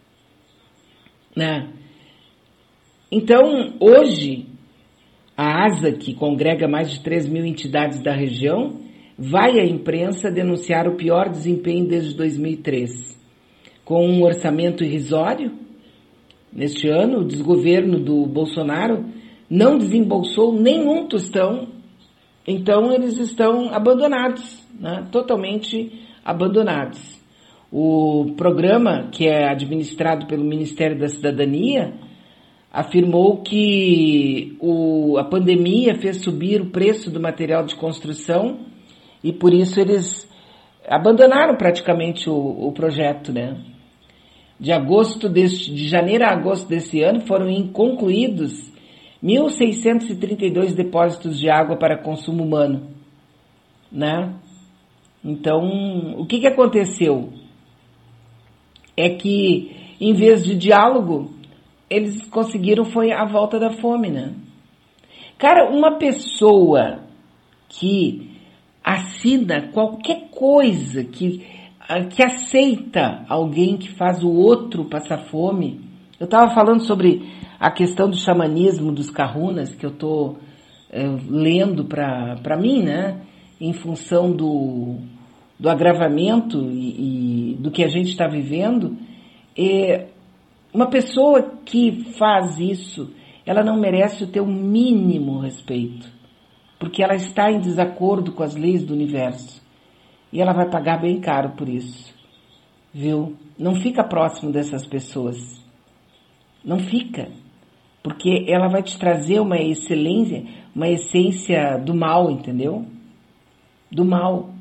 Né? Então, hoje, a ASA, que congrega mais de três mil entidades da região, vai à imprensa denunciar o pior desempenho desde dois mil e três. Com um orçamento irrisório, neste ano, o desgoverno do Bolsonaro não desembolsou nenhum tostão, então eles estão abandonados, né? Totalmente abandonados. O programa, que é administrado pelo Ministério da Cidadania, afirmou que o, a pandemia fez subir o preço do material de construção e por isso eles abandonaram praticamente o, o projeto, né? De agosto deste, de janeiro a agosto desse ano foram concluídos mil seiscentos e trinta e dois depósitos de água para consumo humano, né? Então, o que que aconteceu? É que, em vez de diálogo, eles conseguiram foi a volta da fome, né? Cara, uma pessoa que assina qualquer coisa, que, que aceita alguém que faz o outro passar fome. Eu estava falando sobre a questão do xamanismo dos kahunas, que eu estou é, lendo para mim, né? Em função do, do agravamento e, e do que a gente está vivendo. E Uma pessoa que faz isso, ela não merece o teu mínimo respeito, porque ela está em desacordo com as leis do universo. E ela vai pagar bem caro por isso, viu? Não fica próximo dessas pessoas. Não fica, porque ela vai te trazer uma excelência, uma essência do mal, entendeu? Do mal.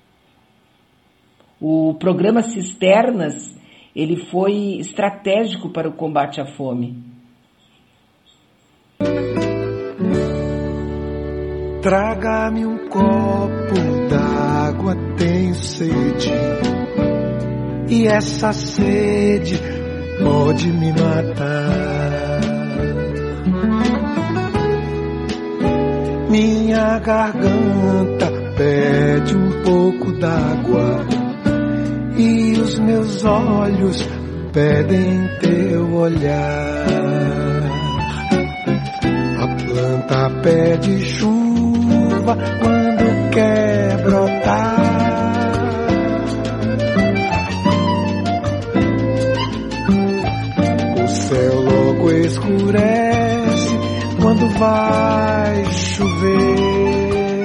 O programa Cisternas, ele foi estratégico para o combate à fome. Traga-me um copo d'água, tenho sede, e essa sede pode me matar. Minha garganta pede um pouco d'água, e os meus olhos pedem teu olhar. A planta pede chuva quando quer brotar. O céu logo escurece quando vai chover.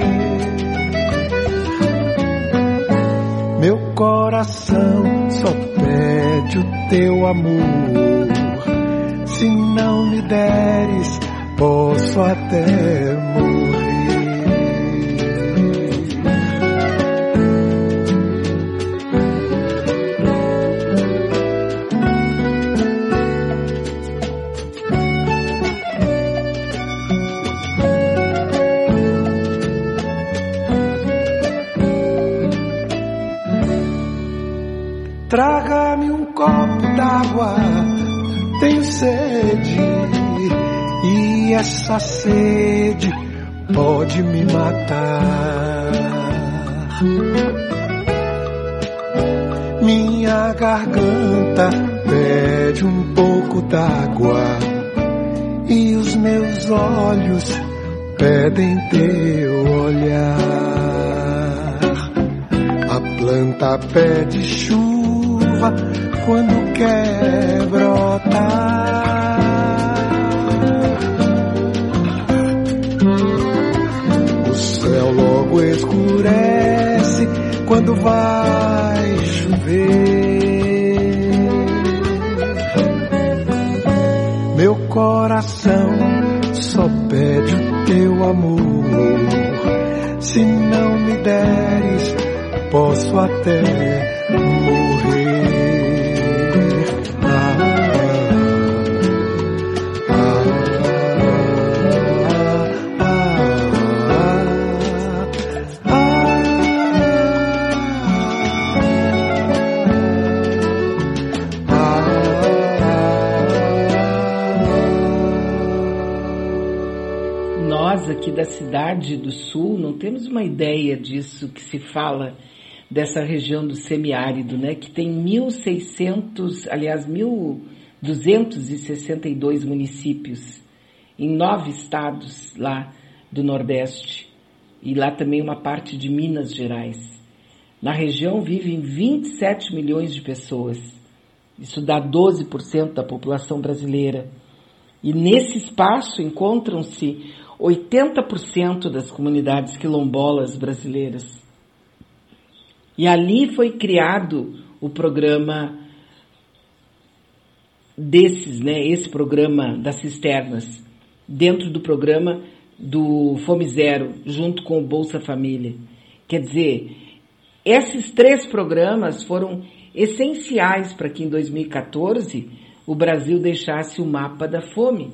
Meu coração só pede o teu amor. Se não me deres, posso até morrer. Traga-me um copo d'água, tenho sede, e essa sede pode me matar. Minha garganta pede um pouco d'água, e os meus olhos pedem teu olhar. A planta pede chuva quando quer brotar. O céu logo escurece quando vai chover. Meu coração só pede o teu amor. Se não me deres, posso até morrer. Ah, ah, ah, ah, ah. Nós aqui da cidade do Sul não temos uma ideia disso que se fala dessa região do semiárido, né, que tem mil e seiscentos, aliás, mil duzentos e sessenta e dois municípios em nove estados lá do Nordeste e lá também uma parte de Minas Gerais. Na região vivem vinte e sete milhões de pessoas, isso dá doze por cento da população brasileira. E nesse espaço encontram-se oitenta por cento das comunidades quilombolas brasileiras. E ali foi criado o programa desses, né, esse programa das cisternas, dentro do programa do Fome Zero, junto com o Bolsa Família. Quer dizer, esses três programas foram essenciais para que em dois mil e quatorze o Brasil deixasse o mapa da fome.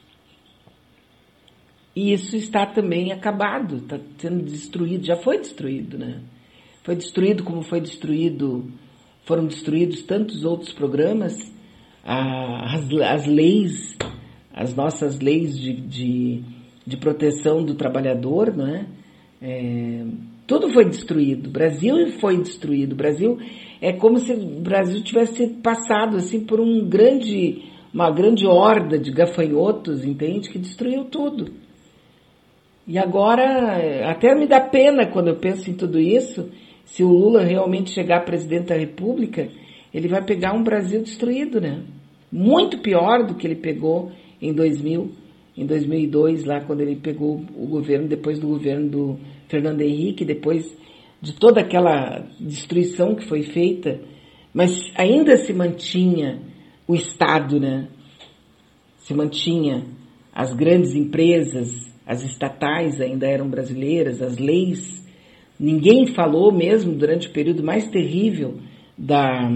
E isso está também acabado, está sendo destruído, já foi destruído, né? Foi destruído como foi destruído, foram destruídos tantos outros programas, as, as leis, as nossas leis de, de, de proteção do trabalhador, né? É, tudo foi destruído, o Brasil foi destruído, o Brasil é como se o Brasil tivesse passado assim, por um grande, uma grande horda de gafanhotos, entende? Que destruiu tudo. E agora, até me dá pena quando eu penso em tudo isso. Se o Lula realmente chegar a presidente da República, ele vai pegar um Brasil destruído, né? muito pior do que ele pegou em dois mil, em dois mil e dois, lá quando ele pegou o governo, depois do governo do Fernando Henrique, depois de toda aquela destruição que foi feita, mas ainda se mantinha o Estado, né? Se mantinha as grandes empresas, as estatais ainda eram brasileiras, as leis. Ninguém falou mesmo durante o período mais terrível da,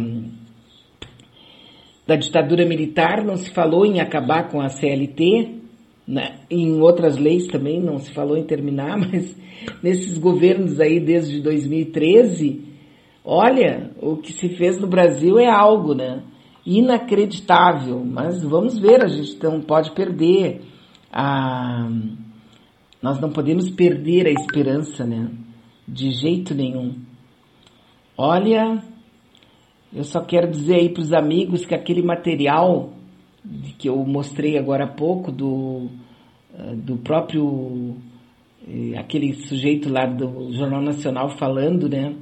da ditadura militar, não se falou em acabar com a C L T, né? Em outras leis também não se falou em terminar, mas nesses governos aí desde dois mil e treze, olha, o que se fez no Brasil é algo, né? Inacreditável, mas vamos ver, a gente não pode perder, a... nós não podemos perder a esperança, né? De jeito nenhum. Olha, eu só quero dizer aí para os amigos que aquele material que eu mostrei agora há pouco do, do próprio, aquele sujeito lá do Jornal Nacional falando, né,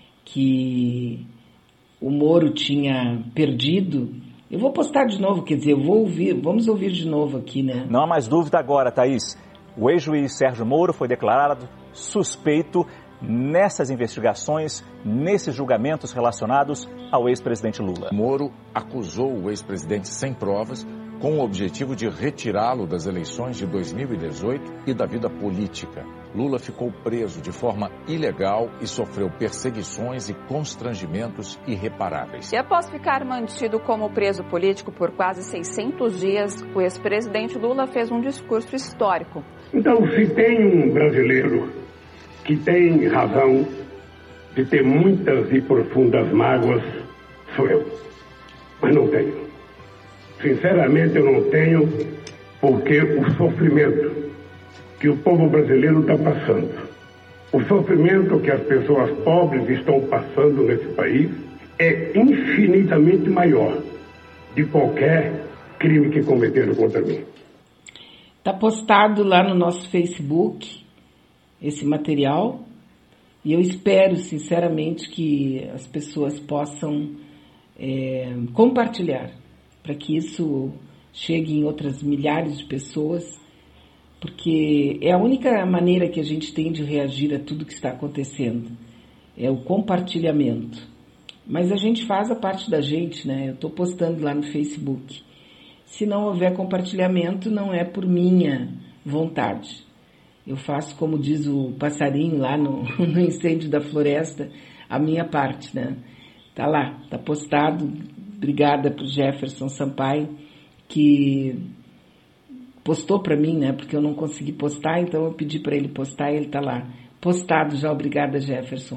que o Moro tinha perdido, eu vou postar de novo, quer dizer, eu vou ouvir, vamos ouvir de novo aqui, né. Não há mais dúvida agora, Thaís. O ex-juiz Sérgio Moro foi declarado suspeito nessas investigações, nesses julgamentos relacionados ao ex-presidente Lula. Moro acusou o ex-presidente sem provas, com o objetivo de retirá-lo das eleições de dois mil e dezoito e da vida política. Lula ficou preso de forma ilegal e sofreu perseguições e constrangimentos irreparáveis. E após ficar mantido como preso político por quase seiscentos dias, o ex-presidente Lula fez um discurso histórico. Então, se tem um brasileiro que tem razão de ter muitas e profundas mágoas, sou eu. Mas não tenho. Sinceramente, eu não tenho, porque o sofrimento que o povo brasileiro está passando, o sofrimento que as pessoas pobres estão passando nesse país, é infinitamente maior de qualquer crime que cometeram contra mim. Está postado lá no nosso Facebook esse material, e eu espero sinceramente que as pessoas possam é, compartilhar, para que isso chegue em outras milhares de pessoas, porque é a única maneira que a gente tem de reagir a tudo que está acontecendo, é o compartilhamento. Mas a gente faz a parte da gente, né? Eu estou postando lá no Facebook. Se não houver compartilhamento, não é por minha vontade. Eu faço, como diz o passarinho lá no, no incêndio da floresta, a minha parte, né? Tá lá, tá postado. Obrigada pro Jefferson Sampaio, que postou para mim, né? Porque eu não consegui postar, então eu pedi para ele postar e ele tá lá. Postado já, obrigada, Jefferson.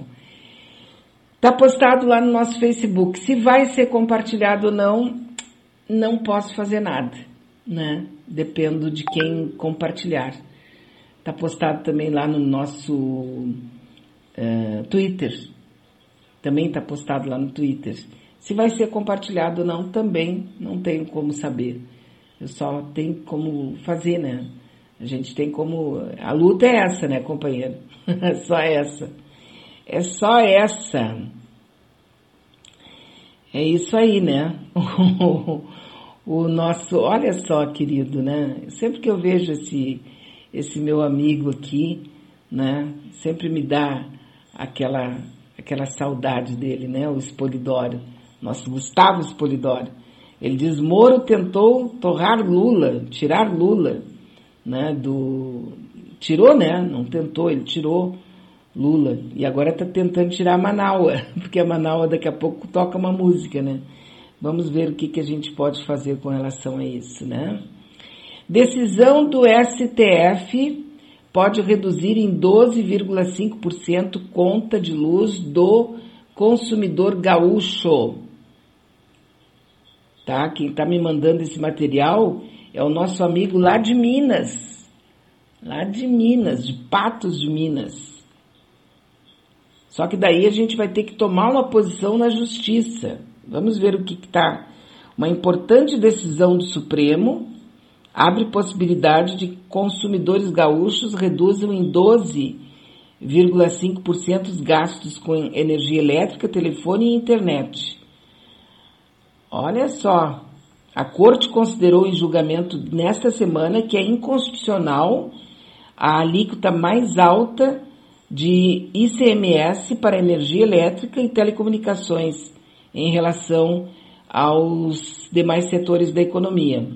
Tá postado lá no nosso Facebook. Se vai ser compartilhado ou não, não posso fazer nada, né? Dependo de quem compartilhar. Está postado também lá no nosso uh, Twitter. Também está postado lá no Twitter. Se vai ser compartilhado ou não, também não tenho como saber. Eu só tenho como fazer, né? A gente tem como... A luta é essa, né, companheiro? É só essa. É só essa. É isso aí, né? O nosso... Olha só, querido, né? Sempre que eu vejo esse... esse meu amigo aqui, né, sempre me dá aquela, aquela saudade dele, né, o Spolidoro, nosso Gustavo Spolidoro. Ele diz, Moro tentou torrar Lula, tirar Lula, né, do... Tirou, né, não tentou, ele tirou Lula. E agora está tentando tirar Manaua, porque a Manaua daqui a pouco toca uma música, né. Vamos ver o que, que a gente pode fazer com relação a isso, né. Decisão do S T F pode reduzir em doze vírgula cinco por cento conta de luz do consumidor gaúcho. Tá? Quem está me mandando esse material é o nosso amigo lá de Minas. Lá de Minas, de Patos de Minas. Só que daí a gente vai ter que tomar uma posição na justiça. Vamos ver o que está. Uma importante decisão do Supremo abre possibilidade de consumidores gaúchos reduzam em doze vírgula cinco por cento os gastos com energia elétrica, telefone e internet. Olha só, A Corte considerou em julgamento nesta semana que é inconstitucional a alíquota mais alta de I C M S para energia elétrica e telecomunicações em relação aos demais setores da economia.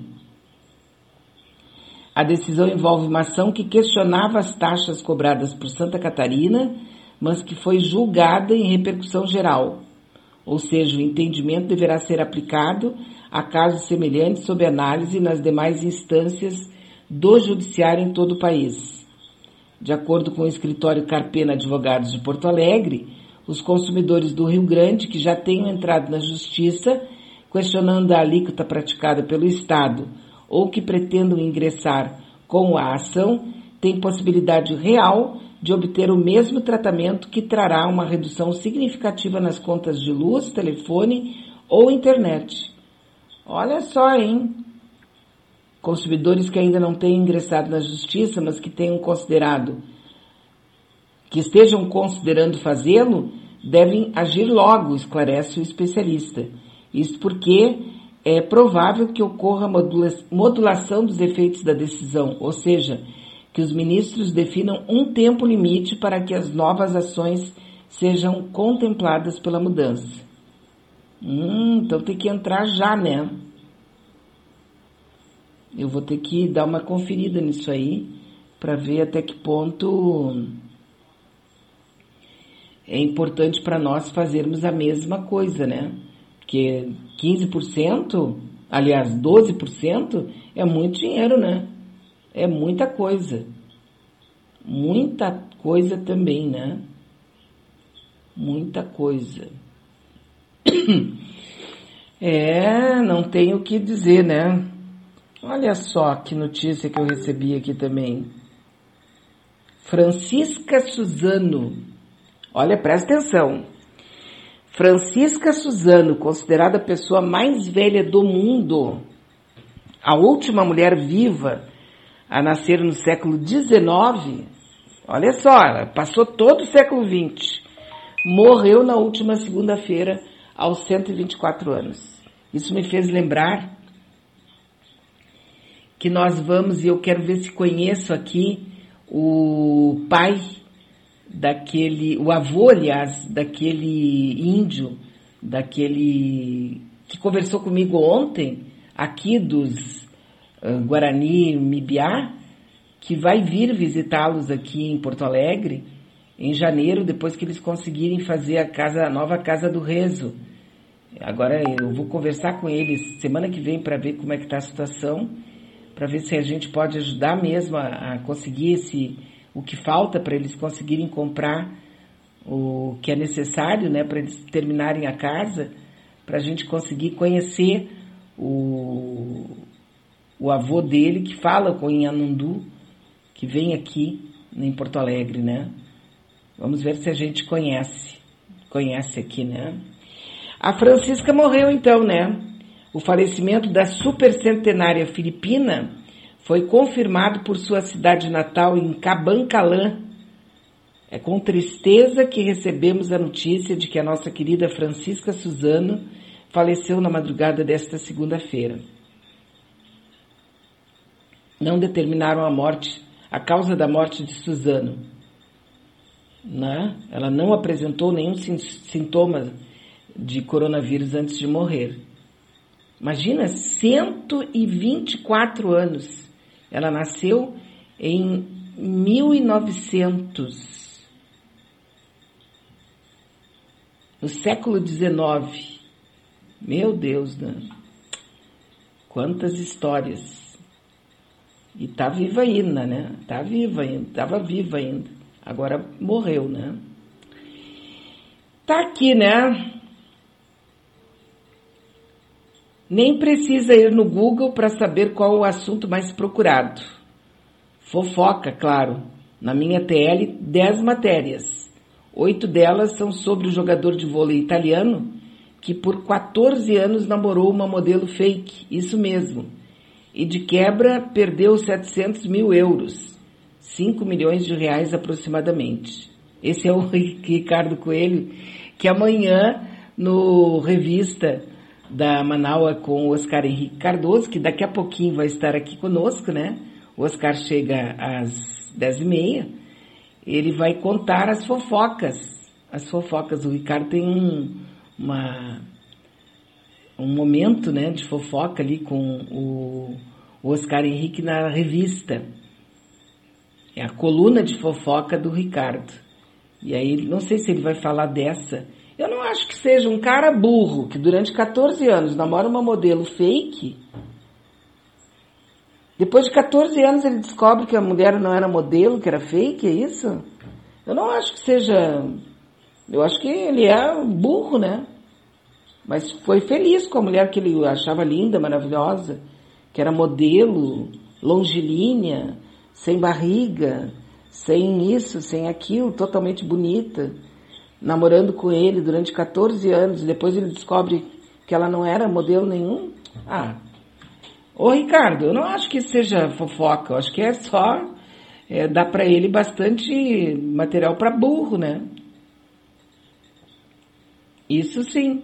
A decisão envolve uma ação que questionava as taxas cobradas por Santa Catarina, mas que foi julgada em repercussão geral. Ou seja, o entendimento deverá ser aplicado a casos semelhantes sob análise nas demais instâncias do judiciário em todo o país. De acordo com o escritório Carpena Advogados de Porto Alegre, os consumidores do Rio Grande que já tenham entrado na justiça questionando a alíquota praticada pelo Estado ou que pretendam ingressar com a ação têm possibilidade real de obter o mesmo tratamento que trará uma redução significativa nas contas de luz, telefone ou internet. Olha só, hein? Consumidores que ainda não tenham ingressado na justiça, mas que tenham considerado, que estejam considerando fazê-lo, devem agir logo, esclarece o especialista. Isso porque é provável que ocorra modulação dos efeitos da decisão, ou seja, que os ministros definam um tempo limite para que as novas ações sejam contempladas pela mudança. Hum, então tem que entrar já, né? Eu vou ter que dar uma conferida nisso aí para ver até que ponto é importante para nós fazermos a mesma coisa, né? Porque quinze por cento, aliás, doze por cento é muito dinheiro, né? É muita coisa. Muita coisa também, né? Muita coisa. É, não tenho o que dizer, né? Olha só que notícia que eu recebi aqui também. Francisca Suzano. Olha, presta atenção. Francisca Suzano, considerada a pessoa mais velha do mundo, a última mulher viva a nascer no século dezenove, olha só, ela passou todo o século vinte, morreu na última segunda-feira aos cento e vinte e quatro anos. Isso me fez lembrar que nós vamos, e eu quero ver se conheço aqui o pai daquele, o avô, aliás, daquele índio, daquele que conversou comigo ontem, aqui dos uh, Guarani Mibiá, que vai vir visitá-los aqui em Porto Alegre, em janeiro, depois que eles conseguirem fazer a, casa, a nova Casa do Rezo. Agora eu vou conversar com eles semana que vem para ver como é que está a situação, para ver se a gente pode ajudar mesmo a, a conseguir esse, o que falta para eles conseguirem comprar o que é necessário, né, para eles terminarem a casa, para a gente conseguir conhecer o, o avô dele, que fala com Inhanundu, que vem aqui em Porto Alegre, né? Vamos ver se a gente conhece, conhece aqui, né? A Francisca morreu então, né? O falecimento da supercentenária filipina foi confirmado por sua cidade natal em Cabancalã. É com tristeza que recebemos a notícia de que a nossa querida Francisca Suzano faleceu na madrugada desta segunda-feira. Não determinaram a morte, a causa da morte de Suzano, né? Ela não apresentou nenhum sintoma de coronavírus antes de morrer. Imagina, cento e vinte e quatro anos. Ela nasceu em mil e novecentos, no século dezenove. Meu Deus, né? Quantas histórias. E tá viva ainda, né? Tá viva ainda, tava viva ainda. Agora morreu, né? Tá aqui, né? Nem precisa ir no Google para saber qual o assunto mais procurado. Fofoca, claro. Na minha T L, dez matérias. Oito delas são sobre o jogador de vôlei italiano que por quatorze anos namorou uma modelo fake, isso mesmo. E de quebra perdeu setecentos mil euros, cinco milhões de reais aproximadamente. Esse é o Ricardo Coelho, que amanhã no Revista da Manaua com o Oscar Henrique Cardoso, que daqui a pouquinho vai estar aqui conosco, né? O Oscar chega às dez e meia. Ele vai contar as fofocas. As fofocas. O Ricardo tem um, uma, um momento, né, de fofoca ali com o, o Oscar Henrique na revista. É a coluna de fofoca do Ricardo. E aí, não sei se ele vai falar dessa. Eu não acho que seja um cara burro, que durante catorze anos namora uma modelo fake. Depois de catorze anos ele descobre que a mulher não era modelo, que era fake, é isso? Eu não acho que seja... Eu acho que ele é burro, né? Mas foi feliz com a mulher que ele achava linda, maravilhosa, que era modelo, longilínea, sem barriga, sem isso, sem aquilo, totalmente bonita, namorando com ele durante catorze anos, e depois ele descobre que ela não era modelo nenhum. Ah, ô Ricardo, eu não acho que isso seja fofoca, eu acho que é só, é, dá pra ele bastante material pra burro, né? Isso sim.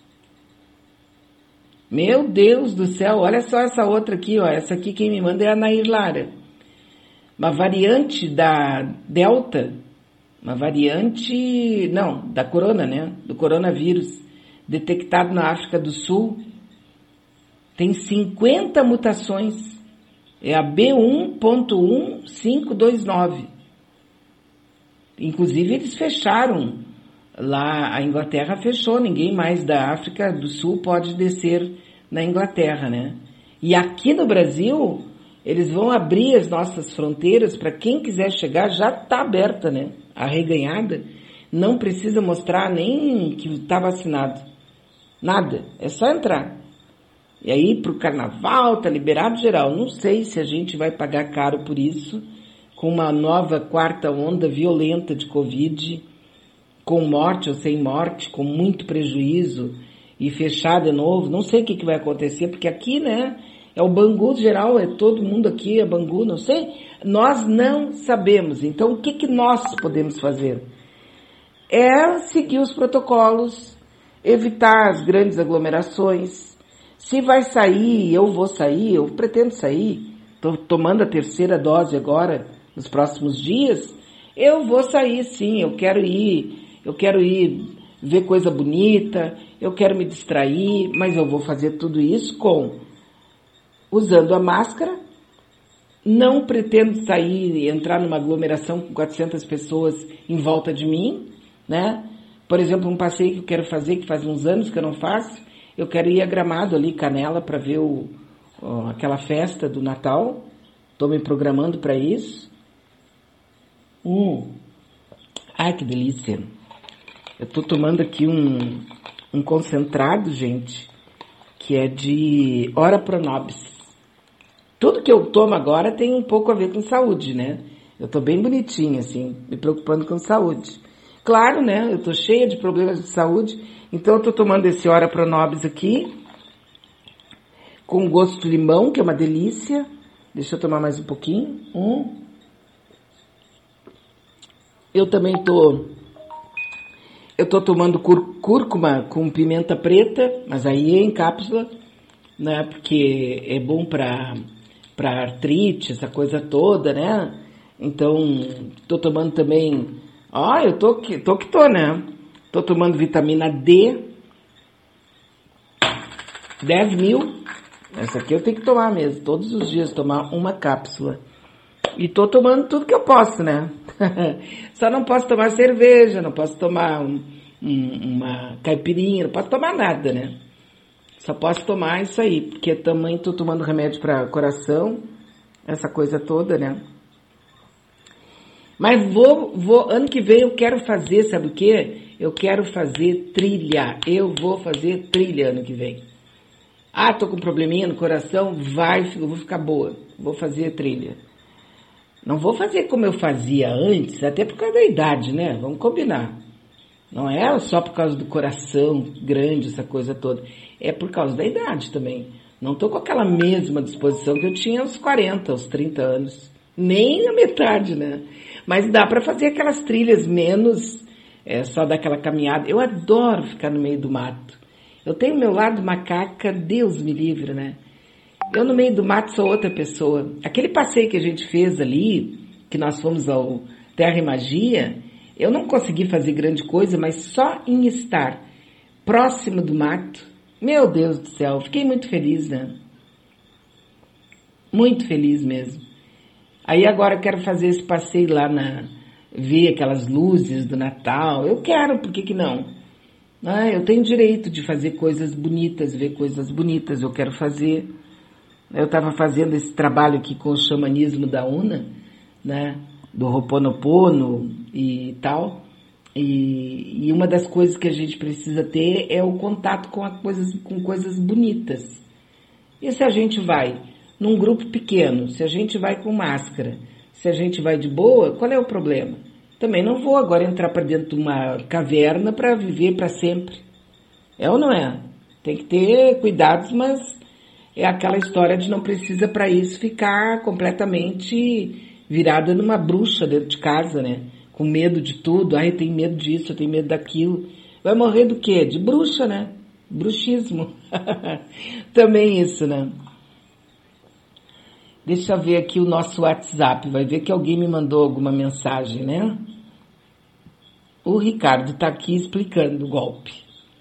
Meu Deus do céu, olha só essa outra aqui, ó, essa aqui quem me manda é a Nair Lara. Uma variante da Delta, uma variante, não, da corona, né? Do coronavírus, detectado na África do Sul. Tem cinquenta mutações. É a B um ponto um cinco dois nove. Inclusive, eles fecharam. Lá, a Inglaterra fechou. Ninguém mais da África do Sul pode descer na Inglaterra, né? E aqui no Brasil... Eles vão abrir as nossas fronteiras para quem quiser chegar, já está aberta, né? A reganhada. Não precisa mostrar nem que está vacinado. Nada. É só entrar. E aí, para o carnaval, está liberado geral. Não sei se a gente vai pagar caro por isso, com uma nova quarta onda violenta de Covid, com morte ou sem morte, com muito prejuízo, e fechar de novo. Não sei o que, que vai acontecer, porque aqui, né... É o Bangu geral, é todo mundo aqui, é Bangu, não sei. Nós não sabemos. Então, o que, que nós podemos fazer? É seguir os protocolos, evitar as grandes aglomerações. Se vai sair, eu vou sair, eu pretendo sair. Estou tomando a terceira dose agora, nos próximos dias. Eu vou sair, sim, eu quero ir, eu quero ir ver coisa bonita, eu quero me distrair, mas eu vou fazer tudo isso com... usando a máscara, não pretendo sair e entrar numa aglomeração com quatrocentas pessoas em volta de mim, né? Por exemplo, um passeio que eu quero fazer, que faz uns anos que eu não faço, eu quero ir a Gramado ali, Canela, para ver o, ó, aquela festa do Natal. Estou me programando para isso. Hum. Ai, que delícia. Eu estou tomando aqui um, um concentrado, gente, que é de Ora Pronobis. Tudo que eu tomo agora tem um pouco a ver com saúde, né? Eu tô bem bonitinha, assim, me preocupando com saúde. Claro, né? Eu tô cheia de problemas de saúde, então eu tô tomando esse Ora Pronobis aqui, com gosto de limão, que é uma delícia. Deixa eu tomar mais um pouquinho. Hum. Eu também tô... Eu tô tomando cúr- cúrcuma com pimenta preta, mas aí é em cápsula, né? Porque é bom para para artrite, essa coisa toda, né? Então, tô tomando também... Ó, eu tô que tô, que tô, né? Tô tomando vitamina D. dez mil. Essa aqui eu tenho que tomar mesmo. Todos os dias tomar uma cápsula. E tô tomando tudo que eu posso, né? Só não posso tomar cerveja, não posso tomar um, um, uma caipirinha, não posso tomar nada, né? Só posso tomar isso aí, porque também tô tomando remédio para coração, essa coisa toda, né? Mas vou, vou, ano que vem eu quero fazer, sabe o quê? Eu quero fazer trilha. Eu vou fazer trilha ano que vem. Ah, tô com um probleminha no coração, vai, eu vou ficar boa. Vou fazer trilha. Não vou fazer como eu fazia antes, até por causa da idade, né? Vamos combinar. Não é só por causa do coração grande, essa coisa toda. É por causa da idade também. Não tô com aquela mesma disposição que eu tinha aos quarenta, aos trinta anos. Nem a metade, né? Mas dá para fazer aquelas trilhas menos, é, só daquela caminhada. Eu adoro ficar no meio do mato. Eu tenho meu lado macaca, Deus me livre, né? Eu no meio do mato sou outra pessoa. Aquele passeio que a gente fez ali, que nós fomos ao Terra e Magia, eu não consegui fazer grande coisa, mas só em estar próximo do mato, meu Deus do céu, fiquei muito feliz, né? Muito feliz mesmo. Aí agora eu quero fazer esse passeio lá na... ver aquelas luzes do Natal. Eu quero, por que que não? Ah, eu tenho direito de fazer coisas bonitas, ver coisas bonitas, eu quero fazer. Eu estava fazendo esse trabalho aqui com o xamanismo da Una, né? Do Ho'oponopono e tal. E, e uma das coisas que a gente precisa ter é o contato com, a coisas, com coisas bonitas. E se a gente vai num grupo pequeno, se a gente vai com máscara, se a gente vai de boa, qual é o problema? Também não vou agora entrar para dentro de uma caverna para viver para sempre. É ou não é? Tem que ter cuidados, mas é aquela história de não precisa para isso ficar completamente virada numa bruxa dentro de casa, né? Com medo de tudo. Ai, eu tenho medo disso, eu tenho medo daquilo. Vai morrer do quê? De bruxa, né? Bruxismo. Também isso, né? Deixa eu ver aqui o nosso WhatsApp. Vai ver que alguém me mandou alguma mensagem, né? O Ricardo tá aqui explicando o golpe.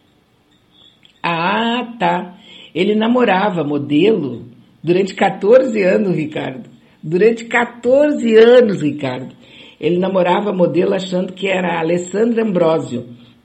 Ah, tá. Ele namorava modelo durante quatorze anos, Ricardo. Durante quatorze anos, Ricardo. Ele namorava modelo achando que era a Alessandra Ambrosio.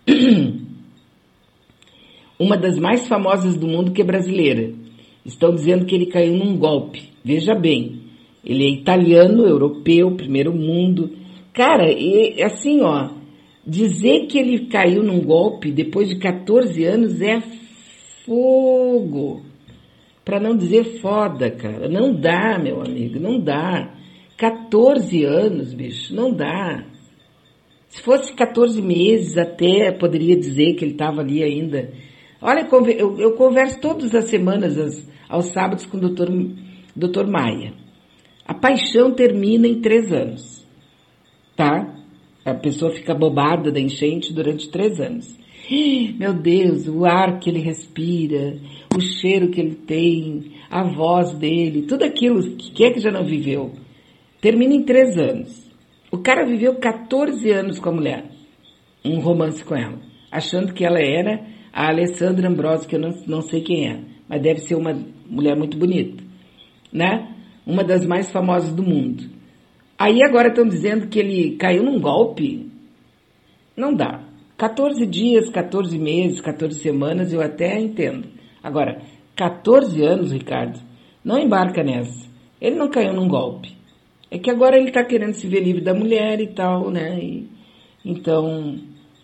Uma das mais famosas do mundo que é brasileira. Estão dizendo que ele caiu num golpe. Veja bem, ele é italiano, europeu, primeiro mundo. Cara, e, assim, ó, dizer que ele caiu num golpe depois de quatorze anos é fogo. Pra não dizer foda, cara. Não dá, meu amigo, não dá. quatorze anos, bicho, não dá. Se fosse quatorze meses até, poderia dizer que ele estava ali ainda. Olha, eu, eu converso todas as semanas, as, aos sábados, com o doutor, doutor Maia. A paixão termina em três anos, tá? A pessoa fica bobada da enchente durante três anos. Meu Deus, o ar que ele respira, o cheiro que ele tem, a voz dele, tudo aquilo que quem é que já não viveu. Termina em três anos. O cara viveu quatorze anos com a mulher, um romance com ela, achando que ela era a Alessandra Ambrosio, que eu não, não sei quem é, mas deve ser uma mulher muito bonita, né? Uma das mais famosas do mundo. Aí agora estão dizendo que ele caiu num golpe. Não dá. quatorze dias, quatorze meses, quatorze semanas, eu até entendo. Agora, quatorze anos, Ricardo, não embarca nessa. Ele não caiu num golpe. É que agora ele está querendo se ver livre da mulher e tal, né? E, então,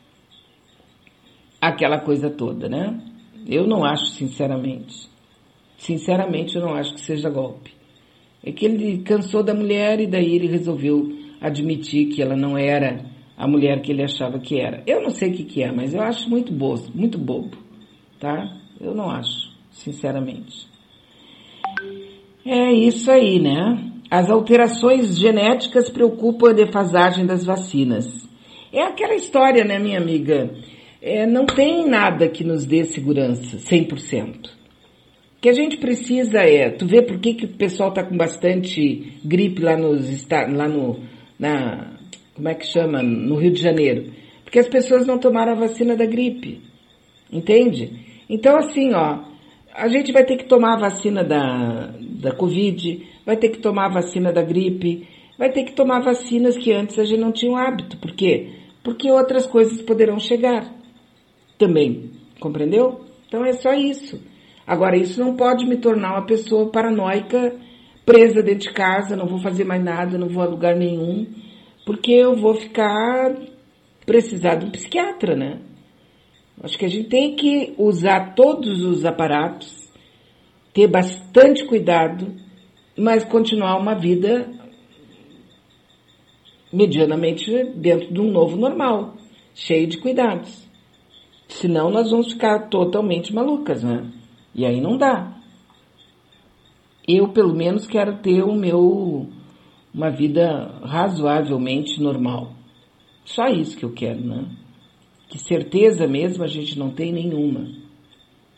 aquela coisa toda, né? Eu não acho, sinceramente. Sinceramente, eu não acho que seja golpe. É que ele cansou da mulher e daí ele resolveu admitir que ela não era a mulher que ele achava que era. Eu não sei o que que é, mas eu acho muito bobo, muito bobo, tá? Eu não acho, sinceramente. É isso aí, né? As alterações genéticas preocupam a defasagem das vacinas. É aquela história, né, minha amiga? É, não tem nada que nos dê segurança, cem por cento. O que a gente precisa é... Tu vê por que que o pessoal está com bastante gripe lá, nos, lá no... Na, como é que chama? No Rio de Janeiro. Porque as pessoas não tomaram a vacina da gripe. Entende? Então, assim, ó... A gente vai ter que tomar a vacina da, da Covid, vai ter que tomar a vacina da gripe, vai ter que tomar vacinas que antes a gente não tinha o hábito. Por quê? Porque outras coisas poderão chegar também. Compreendeu? Então é só isso. Agora, isso não pode me tornar uma pessoa paranoica, presa dentro de casa, não vou fazer mais nada, não vou a lugar nenhum, porque eu vou ficar precisar de um psiquiatra, né? Acho que a gente tem que usar todos os aparatos, ter bastante cuidado, mas continuar uma vida medianamente dentro de um novo normal, cheio de cuidados. Senão nós vamos ficar totalmente malucas, né? E aí não dá. Eu, pelo menos, quero ter o meu, uma vida razoavelmente normal. Só isso que eu quero, né? Que certeza mesmo a gente não tem nenhuma.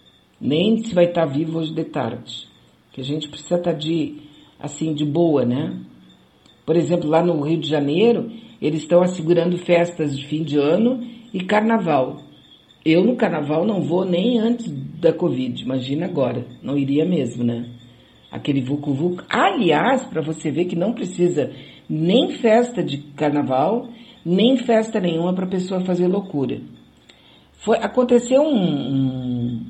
nem se vai estar vivo hoje de tarde. Que a gente precisa estar de, assim, de boa, né? Por exemplo, lá no Rio de Janeiro, eles estão assegurando festas de fim de ano e carnaval. Eu no carnaval não vou nem antes da Covid, imagina agora, não iria mesmo, né? Aquele vucu-vucu. Aliás, para você ver que não precisa nem festa de carnaval, nem festa nenhuma para a pessoa fazer loucura. Foi, aconteceu um, um,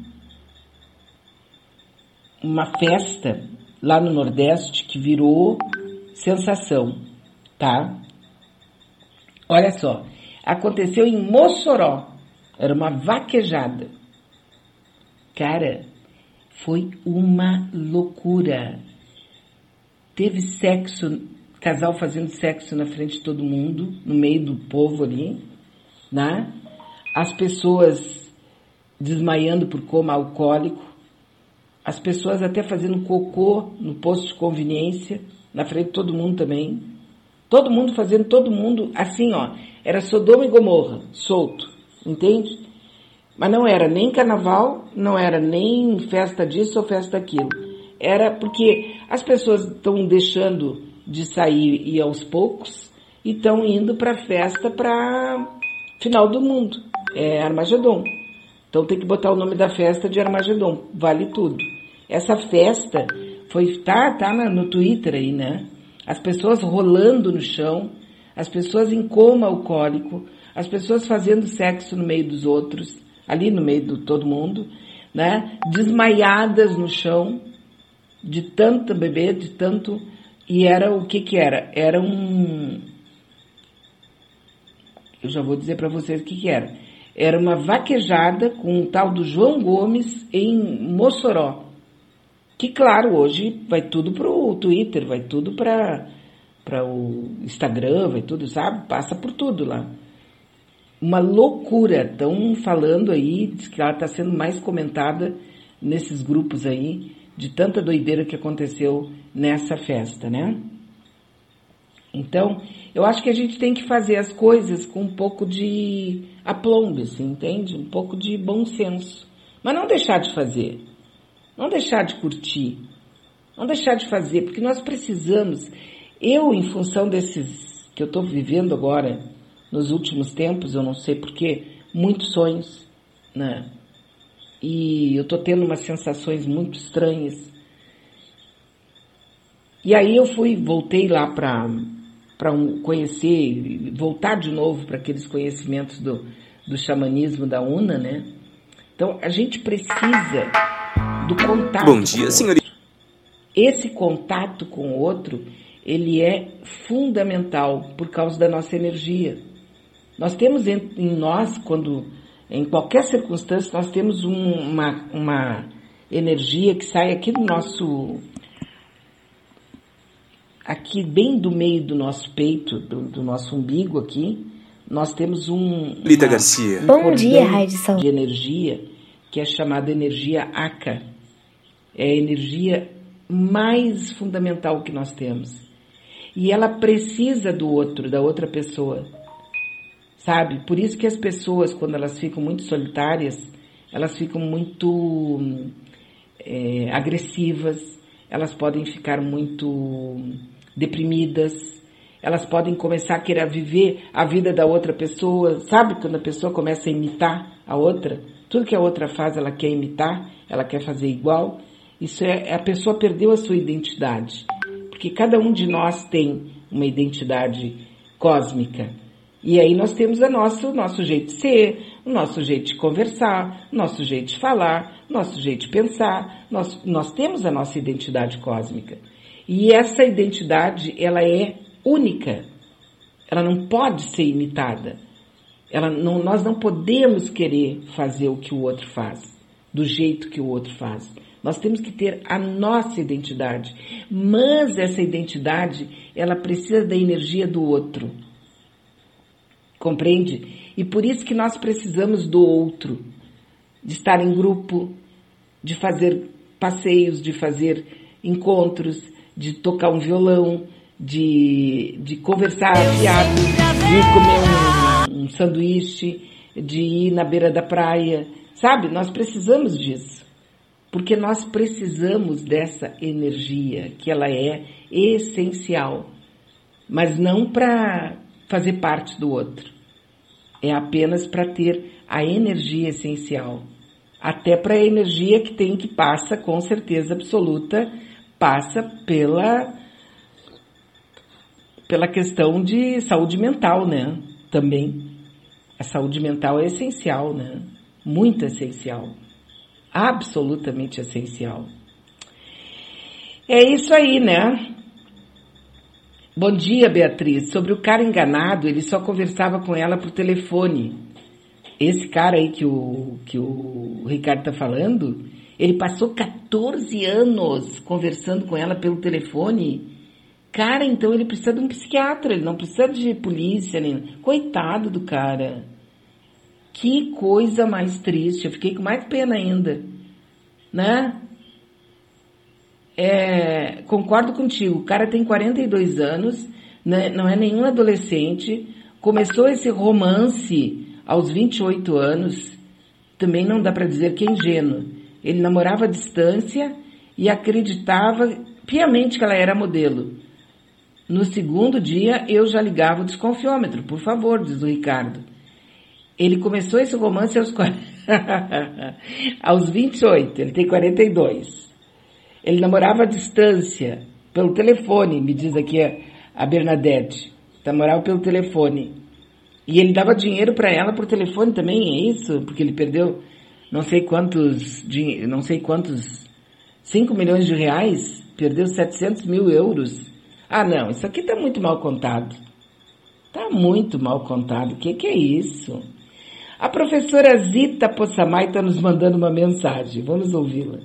uma festa lá no Nordeste que virou sensação, tá? Olha só, aconteceu em Mossoró, era uma vaquejada. Cara, foi uma loucura. Teve sexo, casal fazendo sexo na frente de todo mundo, no meio do povo ali, né? As pessoas desmaiando por coma alcoólico, as pessoas até fazendo cocô no posto de conveniência, na frente de todo mundo também. Todo mundo fazendo, todo mundo, assim, ó, era Sodoma e Gomorra, solto, entende? Mas não era nem carnaval, não era nem festa disso ou festa daquilo. Era porque as pessoas estão deixando de sair e aos poucos e estão indo para a festa para final do mundo. É Armagedon. Então tem que botar o nome da festa de Armagedon. Vale tudo. Essa festa foi, tá, tá no Twitter aí, né? As pessoas rolando no chão, as pessoas em coma alcoólico, as pessoas fazendo sexo no meio dos outros, ali no meio de todo mundo, né? Desmaiadas no chão, de tanto beber, de tanto... E era o que que era? Era um... Eu já vou dizer para vocês o que que era. Era uma vaquejada com o tal do João Gomes em Mossoró. Que, claro, hoje vai tudo pro Twitter, vai tudo para para o Instagram, vai tudo, sabe? Passa por tudo lá. Uma loucura. Estão falando aí, diz que ela está sendo mais comentada nesses grupos aí, de tanta doideira que aconteceu nessa festa, né? Então, eu acho que a gente tem que fazer as coisas com um pouco de aplombo, assim, entende? Um pouco de bom senso. Mas não deixar de fazer. Não deixar de curtir. Não deixar de fazer, porque nós precisamos... Eu, em função desses que eu estou vivendo agora, nos últimos tempos, eu não sei porquê, muitos sonhos, né? E eu estou tendo umas sensações muito estranhas. E aí eu fui, voltei lá para para um, conhecer, voltar de novo para aqueles conhecimentos do, do xamanismo da UNA, né? Então, a gente precisa do contato. Bom dia, senhorita. Esse contato com o outro, ele é fundamental por causa da nossa energia. Nós temos em, em nós, quando, em qualquer circunstância, nós temos um, uma, uma energia que sai aqui do nosso... Aqui bem do meio do nosso peito, do, do nosso umbigo aqui, nós temos um... Lita Garcia. Um Bom dia, Raidson. De energia, que é chamada energia Aka. É a energia mais fundamental que nós temos. E ela precisa do outro, da outra pessoa. Sabe? Por isso que as pessoas, quando elas ficam muito solitárias, elas ficam muito é, agressivas, elas podem ficar muito deprimidas, elas podem começar a querer viver a vida da outra pessoa. Sabe quando a pessoa começa a imitar a outra? Tudo que a outra faz, ela quer imitar, ela quer fazer igual. Isso é, a pessoa perdeu a sua identidade. Porque cada um de nós tem uma identidade cósmica. E aí nós temos a nosso, o nosso jeito de ser, o nosso jeito de conversar, o nosso jeito de falar, o nosso jeito de pensar. Nós, nós temos a nossa identidade cósmica. E essa identidade, ela é única. Ela não pode ser imitada. Ela não, nós não podemos querer fazer o que o outro faz, do jeito que o outro faz. Nós temos que ter a nossa identidade. Mas essa identidade, ela precisa da energia do outro. Compreende? E por isso que nós precisamos do outro. De estar em grupo, de fazer passeios, de fazer encontros, de tocar um violão, de, de conversar afiado, de comer um, um sanduíche, de ir na beira da praia. Sabe? Nós precisamos disso. porque nós precisamos dessa energia, que ela é essencial, mas não para fazer parte do outro. É apenas para ter a energia essencial. Até para a energia que tem que passa, com certeza absoluta, passa pela, pela questão de saúde mental, né? Também. A saúde mental é essencial, né? Muito essencial. Absolutamente essencial. É isso aí, né? Bom dia, Beatriz. Sobre o cara enganado, ele só conversava com ela por telefone. Esse cara aí que o, que o Ricardo tá falando, ele passou quatorze anos conversando com ela pelo telefone. Cara, então ele precisa de um psiquiatra, ele não precisa de polícia, nem... Coitado do cara. Que coisa mais triste, eu fiquei com mais pena ainda, né? É, concordo contigo, o cara tem quarenta e dois anos, né, não é nenhum adolescente, começou esse romance aos vinte e oito anos, também não dá para dizer que é ingênuo. Ele namorava à distância e acreditava piamente que ela era modelo. No segundo dia, eu já ligava o desconfiômetro, por favor, diz o Ricardo. Ele começou esse romance aos, aos vinte e oito, ele tem quarenta e dois. Ele namorava à distância, pelo telefone, me diz aqui a, a Bernadette. Namorava pelo telefone. E ele dava dinheiro para ela por telefone também, é isso? Porque ele perdeu não sei quantos, não sei quantos, cinco milhões de reais, perdeu setecentos mil euros. Ah, não, isso aqui tá muito mal contado. Tá muito mal contado. O que que é isso? A professora Zita Possamay está nos mandando uma mensagem. Vamos ouvi-la.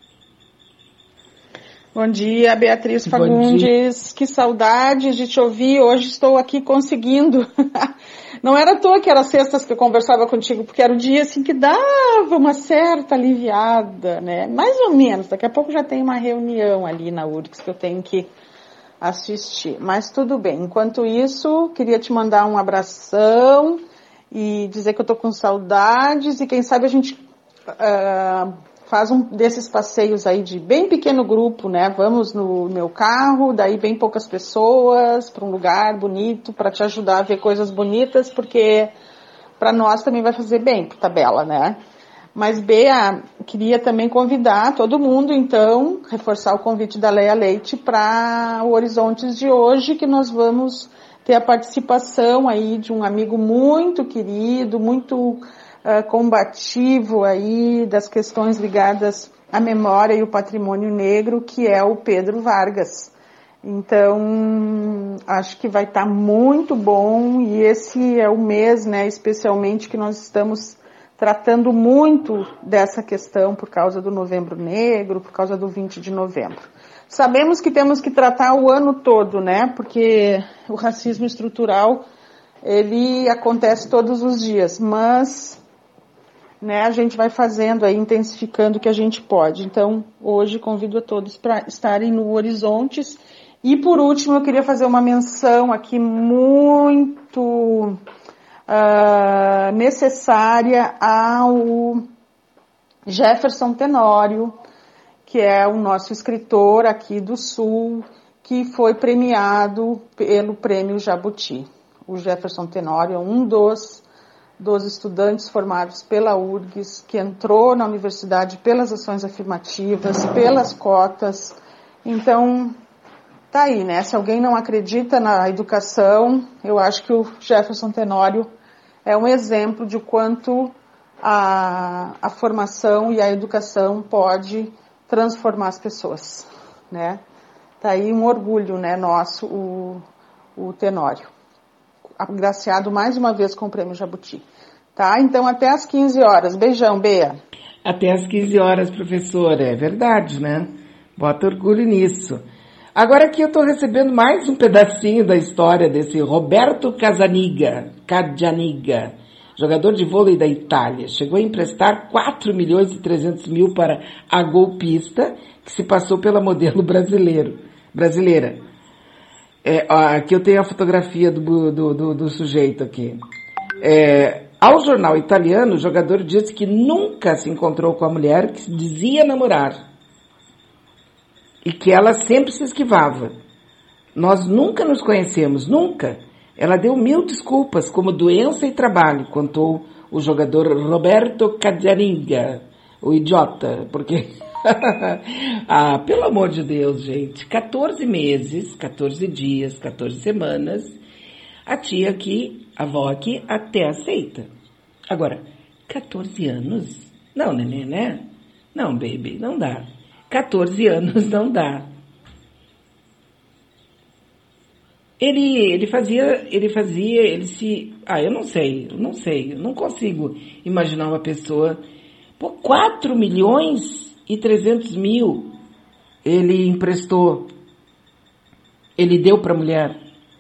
Bom dia, Beatriz Fagundes. Que saudade de te ouvir. Hoje estou aqui conseguindo. Não era à toa que era sextas que eu conversava contigo, porque era o dia assim que dava uma certa aliviada, né? Mais ou menos. Daqui a pouco já tem uma reunião ali na U R G S que eu tenho que assistir. Mas tudo bem. Enquanto isso, queria te mandar um abração e dizer que eu tô com saudades e quem sabe a gente uh, faz um desses passeios aí de bem pequeno grupo, né? Vamos no meu carro, daí bem poucas pessoas, para um lugar bonito, para te ajudar a ver coisas bonitas, porque para nós também vai fazer bem, por tabela, né? Mas, Bea, queria também convidar todo mundo, então, reforçar o convite da Leia Leite para o Horizontes de hoje, que nós vamos ter a participação aí de um amigo muito querido, muito uh, combativo aí das questões ligadas à memória e o patrimônio negro, que é o Pedro Vargas. Então, acho que vai estar muito bom e esse é o mês, né, especialmente que nós estamos tratando muito dessa questão por causa do Novembro Negro, por causa do vinte de novembro. Sabemos que temos que tratar o ano todo, né? Porque o racismo estrutural, ele acontece todos os dias, mas, né, a gente vai fazendo aí, intensificando o que a gente pode. Então, hoje convido a todos para estarem no Horizontes. E, por último, eu queria fazer uma menção aqui muito uh, necessária ao Jefferson Tenório, que é o nosso escritor aqui do Sul, que foi premiado pelo Prêmio Jabuti. O Jefferson Tenório é um dos, dos estudantes formados pela U R G S, que entrou na universidade pelas ações afirmativas, pelas cotas. Então, tá aí, né? Se alguém não acredita na educação, eu acho que o Jefferson Tenório é um exemplo de quanto a, a formação e a educação pode transformar as pessoas, né? Tá aí um orgulho, né, nosso, o, o Tenório. Agraciado mais uma vez com o Prêmio Jabuti. Tá? Então, até às quinze horas. Beijão, Bea. Até às quinze horas, professora. É verdade, né? Bota orgulho nisso. Agora aqui eu estou recebendo mais um pedacinho da história desse Roberto Casaniga, Cadianiga, jogador de vôlei da Itália. Chegou a emprestar quatro milhões e trezentos mil para a golpista, que se passou pela modelo brasileiro, brasileira. É, ó, aqui eu tenho a fotografia do, do, do, do sujeito aqui. É, Ao jornal italiano, o jogador disse que nunca se encontrou com a mulher que dizia namorar e que ela sempre se esquivava. Nós nunca nos conhecemos, nunca. Ela deu mil desculpas, como doença e trabalho, contou o jogador Roberto Casaringa, o idiota, porque... ah, pelo amor de Deus, gente, quatorze meses, quatorze dias, quatorze semanas, a tia aqui, a avó aqui, até aceita. Agora, quatorze anos? Não, neném, né? Não, baby, não dá. quatorze anos não dá. Ele, ele fazia, ele fazia, ele se... Ah, eu não sei, eu não sei, eu não consigo imaginar uma pessoa... Pô, quatro milhões e trezentos mil ele emprestou, ele deu para a mulher.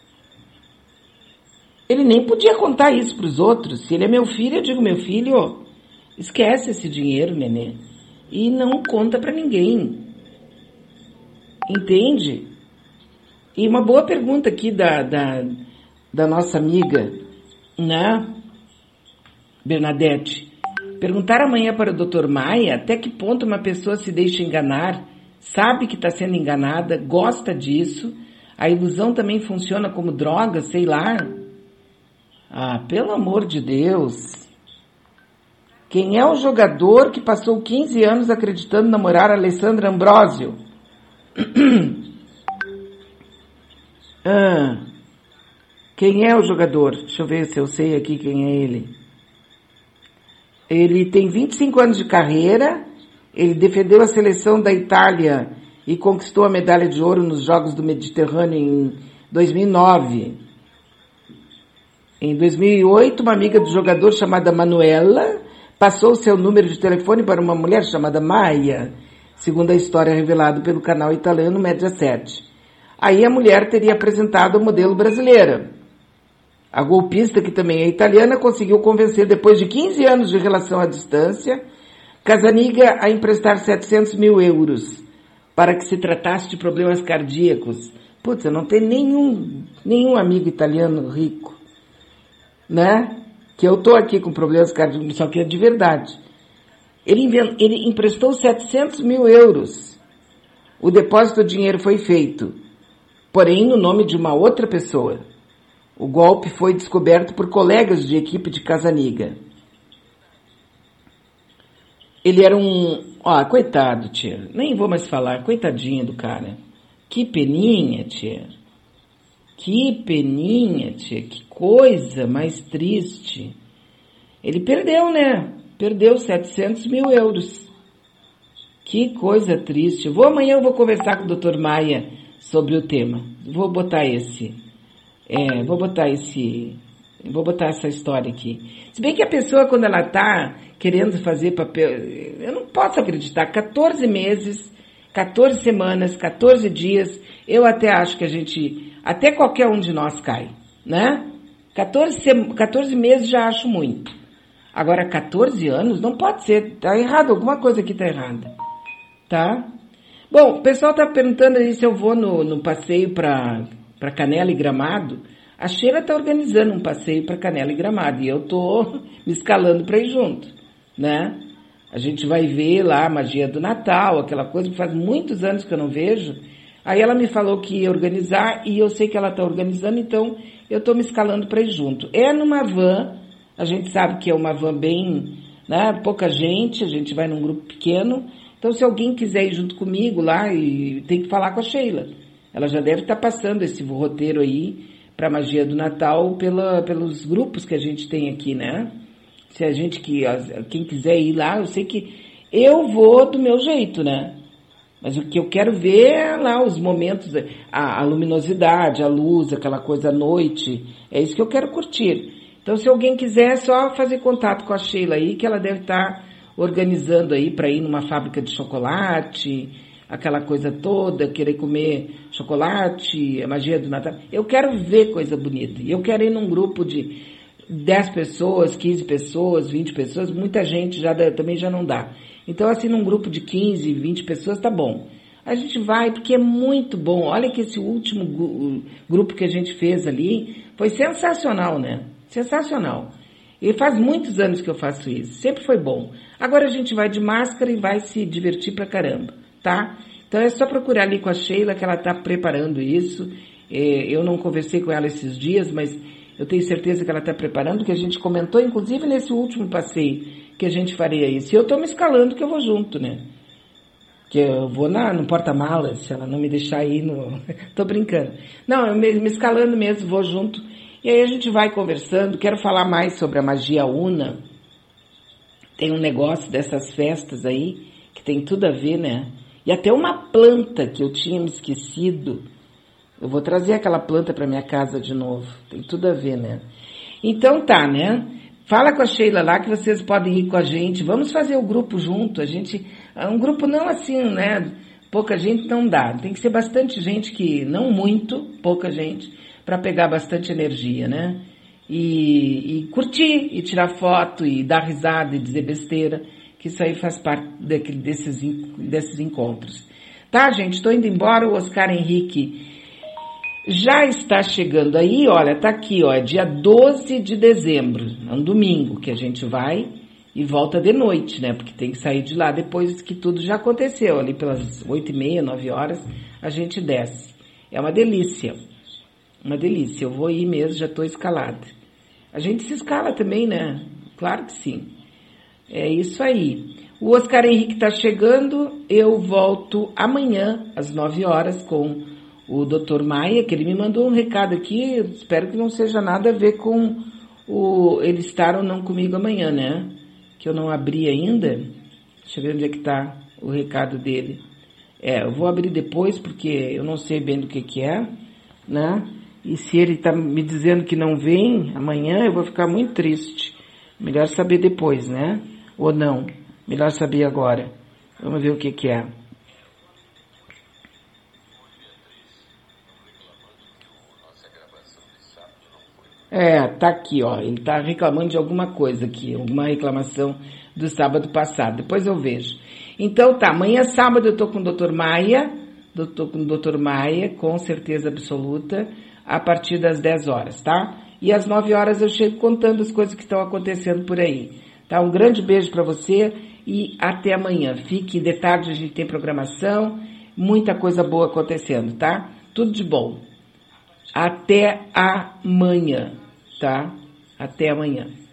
Ele nem podia contar isso para os outros. Se ele é meu filho, eu digo, meu filho, esquece esse dinheiro, nenê, e não conta para ninguém. Entende? E uma boa pergunta aqui da, da, da nossa amiga, né, Bernadette. Perguntar amanhã para o doutor Maia até que ponto uma pessoa se deixa enganar, sabe que está sendo enganada, gosta disso, a ilusão também funciona como droga, sei lá. Ah, pelo amor de Deus. Quem é o jogador que passou quinze anos acreditando namorar a Alessandra Ambrosio? ah, quem é o jogador? Deixa eu ver se eu sei aqui quem é ele. Ele tem vinte e cinco anos de carreira, ele defendeu a seleção da Itália e conquistou a medalha de ouro nos Jogos do Mediterrâneo em dois mil e nove. Em dois mil e oito, uma amiga do jogador chamada Manuela passou seu número de telefone para uma mulher chamada Maia, segundo a história revelada pelo canal italiano Mediaset. Aí a mulher teria apresentado a modelo brasileira. A golpista, que também é italiana, conseguiu convencer, depois de quinze anos de relação à distância, Casaniga a emprestar setecentos mil euros para que se tratasse de problemas cardíacos. Putz, eu não tenho nenhum, nenhum amigo italiano rico, né? Que eu tô aqui com problemas cardíacos, só que é de verdade. Ele, ele emprestou setecentos mil euros. O depósito do dinheiro foi feito, porém no nome de uma outra pessoa. O golpe foi descoberto por colegas de equipe de Casaniga. Ele era um... Ó, coitado, tia. Nem vou mais falar. Coitadinho do cara. Que peninha, tia. Que peninha, tia. Que coisa mais triste. Ele perdeu, né? Perdeu setecentos mil euros. Que coisa triste. Vou amanhã eu vou conversar com o doutor Maia sobre o tema. Vou botar esse... É, vou botar esse, vou botar essa história aqui. Se bem que a pessoa, quando ela tá querendo fazer papel, eu não posso acreditar, quatorze meses, quatorze semanas, quatorze dias, eu até acho que a gente, até qualquer um de nós cai, né? quatorze, quatorze meses já acho muito. Agora, quatorze anos, não pode ser, tá errado, alguma coisa aqui tá errada, tá? Bom, o pessoal tá perguntando aí se eu vou no, no passeio para para Canela e Gramado. A Sheila está organizando um passeio para Canela e Gramado e eu tô me escalando para ir junto, né? A gente vai ver lá a magia do Natal, aquela coisa que faz muitos anos que eu não vejo. Aí ela me falou que ia organizar e eu sei que ela está organizando, então eu tô me escalando para ir junto. É numa van, a gente sabe que é uma van bem, né? Pouca gente, a gente vai num grupo pequeno. Então se alguém quiser ir junto comigo lá, e tem que falar com a Sheila. Ela já deve estar passando esse roteiro aí para a magia do Natal pela, pelos grupos que a gente tem aqui, né? Se a gente, que, quem quiser ir lá, eu sei que eu vou do meu jeito, né? Mas o que eu quero ver é lá os momentos, a, a luminosidade, a luz, aquela coisa à noite. É isso que eu quero curtir. Então, se alguém quiser, é só fazer contato com a Sheila aí, que ela deve estar organizando aí para ir numa fábrica de chocolate, aquela coisa toda, querer comer chocolate, a magia do Natal. Eu quero ver coisa bonita. Eu quero ir num grupo de dez pessoas, quinze pessoas, vinte pessoas, muita gente já dá, também já não dá. Então, assim, num grupo de quinze, vinte pessoas, tá bom. A gente vai, porque é muito bom. Olha que esse último grupo que a gente fez ali foi sensacional, né? Sensacional. E faz muitos anos que eu faço isso, sempre foi bom. Agora a gente vai de máscara e vai se divertir pra caramba, tá? Então é só procurar ali com a Sheila que ela tá preparando isso. Eu não conversei com ela esses dias, mas eu tenho certeza que ela está preparando, que a gente comentou, inclusive nesse último passeio, que a gente faria isso. E eu estou me escalando que eu vou junto, né? Que eu vou na, no porta-malas, se ela não me deixar ir no... Tô brincando. Não, eu me, me escalando mesmo, vou junto. E aí a gente vai conversando. Quero falar mais sobre a magia una. Tem um negócio dessas festas aí, que tem tudo a ver, né? E até uma planta que eu tinha me esquecido. Eu vou trazer aquela planta para minha casa de novo. Tem tudo a ver, né? Então tá, né? Fala com a Sheila lá que vocês podem ir com a gente. Vamos fazer o grupo junto. A gente, um grupo não assim, né? Pouca gente não dá. Tem que ser bastante gente que, não muito, pouca gente, para pegar bastante energia, né? E, e curtir, e tirar foto, e dar risada, e dizer besteira, que isso aí faz parte daquele, desses, desses encontros. Tá, gente? Estou indo embora. O Oscar Henrique já está chegando aí, olha, tá aqui, ó, é dia doze de dezembro, é um domingo que a gente vai e volta de noite, né, porque tem que sair de lá depois que tudo já aconteceu, ali pelas oito e meia, nove horas, a gente desce. É uma delícia, uma delícia, eu vou ir mesmo, já estou escalada. A gente se escala também, né, claro que sim. É isso aí. O Oscar Henrique está chegando, eu volto amanhã às nove horas com o doutor Maia, que ele me mandou um recado aqui, espero que não seja nada a ver com o, ele estar ou não comigo amanhã, né? Que eu não abri ainda. Deixa eu ver onde é que tá o recado dele. É, eu vou abrir depois, porque eu não sei bem do que que é, né? E se ele tá me dizendo que não vem amanhã, eu vou ficar muito triste. Melhor saber depois, né? Ou não. Melhor saber agora. Vamos ver o que que é. É, tá aqui, ó, ele tá reclamando de alguma coisa aqui, alguma reclamação do sábado passado, depois eu vejo. Então tá, amanhã sábado eu tô com o doutor Maia, eu tô com o doutor Maia, com certeza absoluta, a partir das dez horas, tá? E às nove horas eu chego contando as coisas que estão acontecendo por aí, tá? Um grande beijo pra você e até amanhã. Fique, de tarde a gente tem programação, muita coisa boa acontecendo, tá? Tudo de bom. Até amanhã, tá? Até amanhã.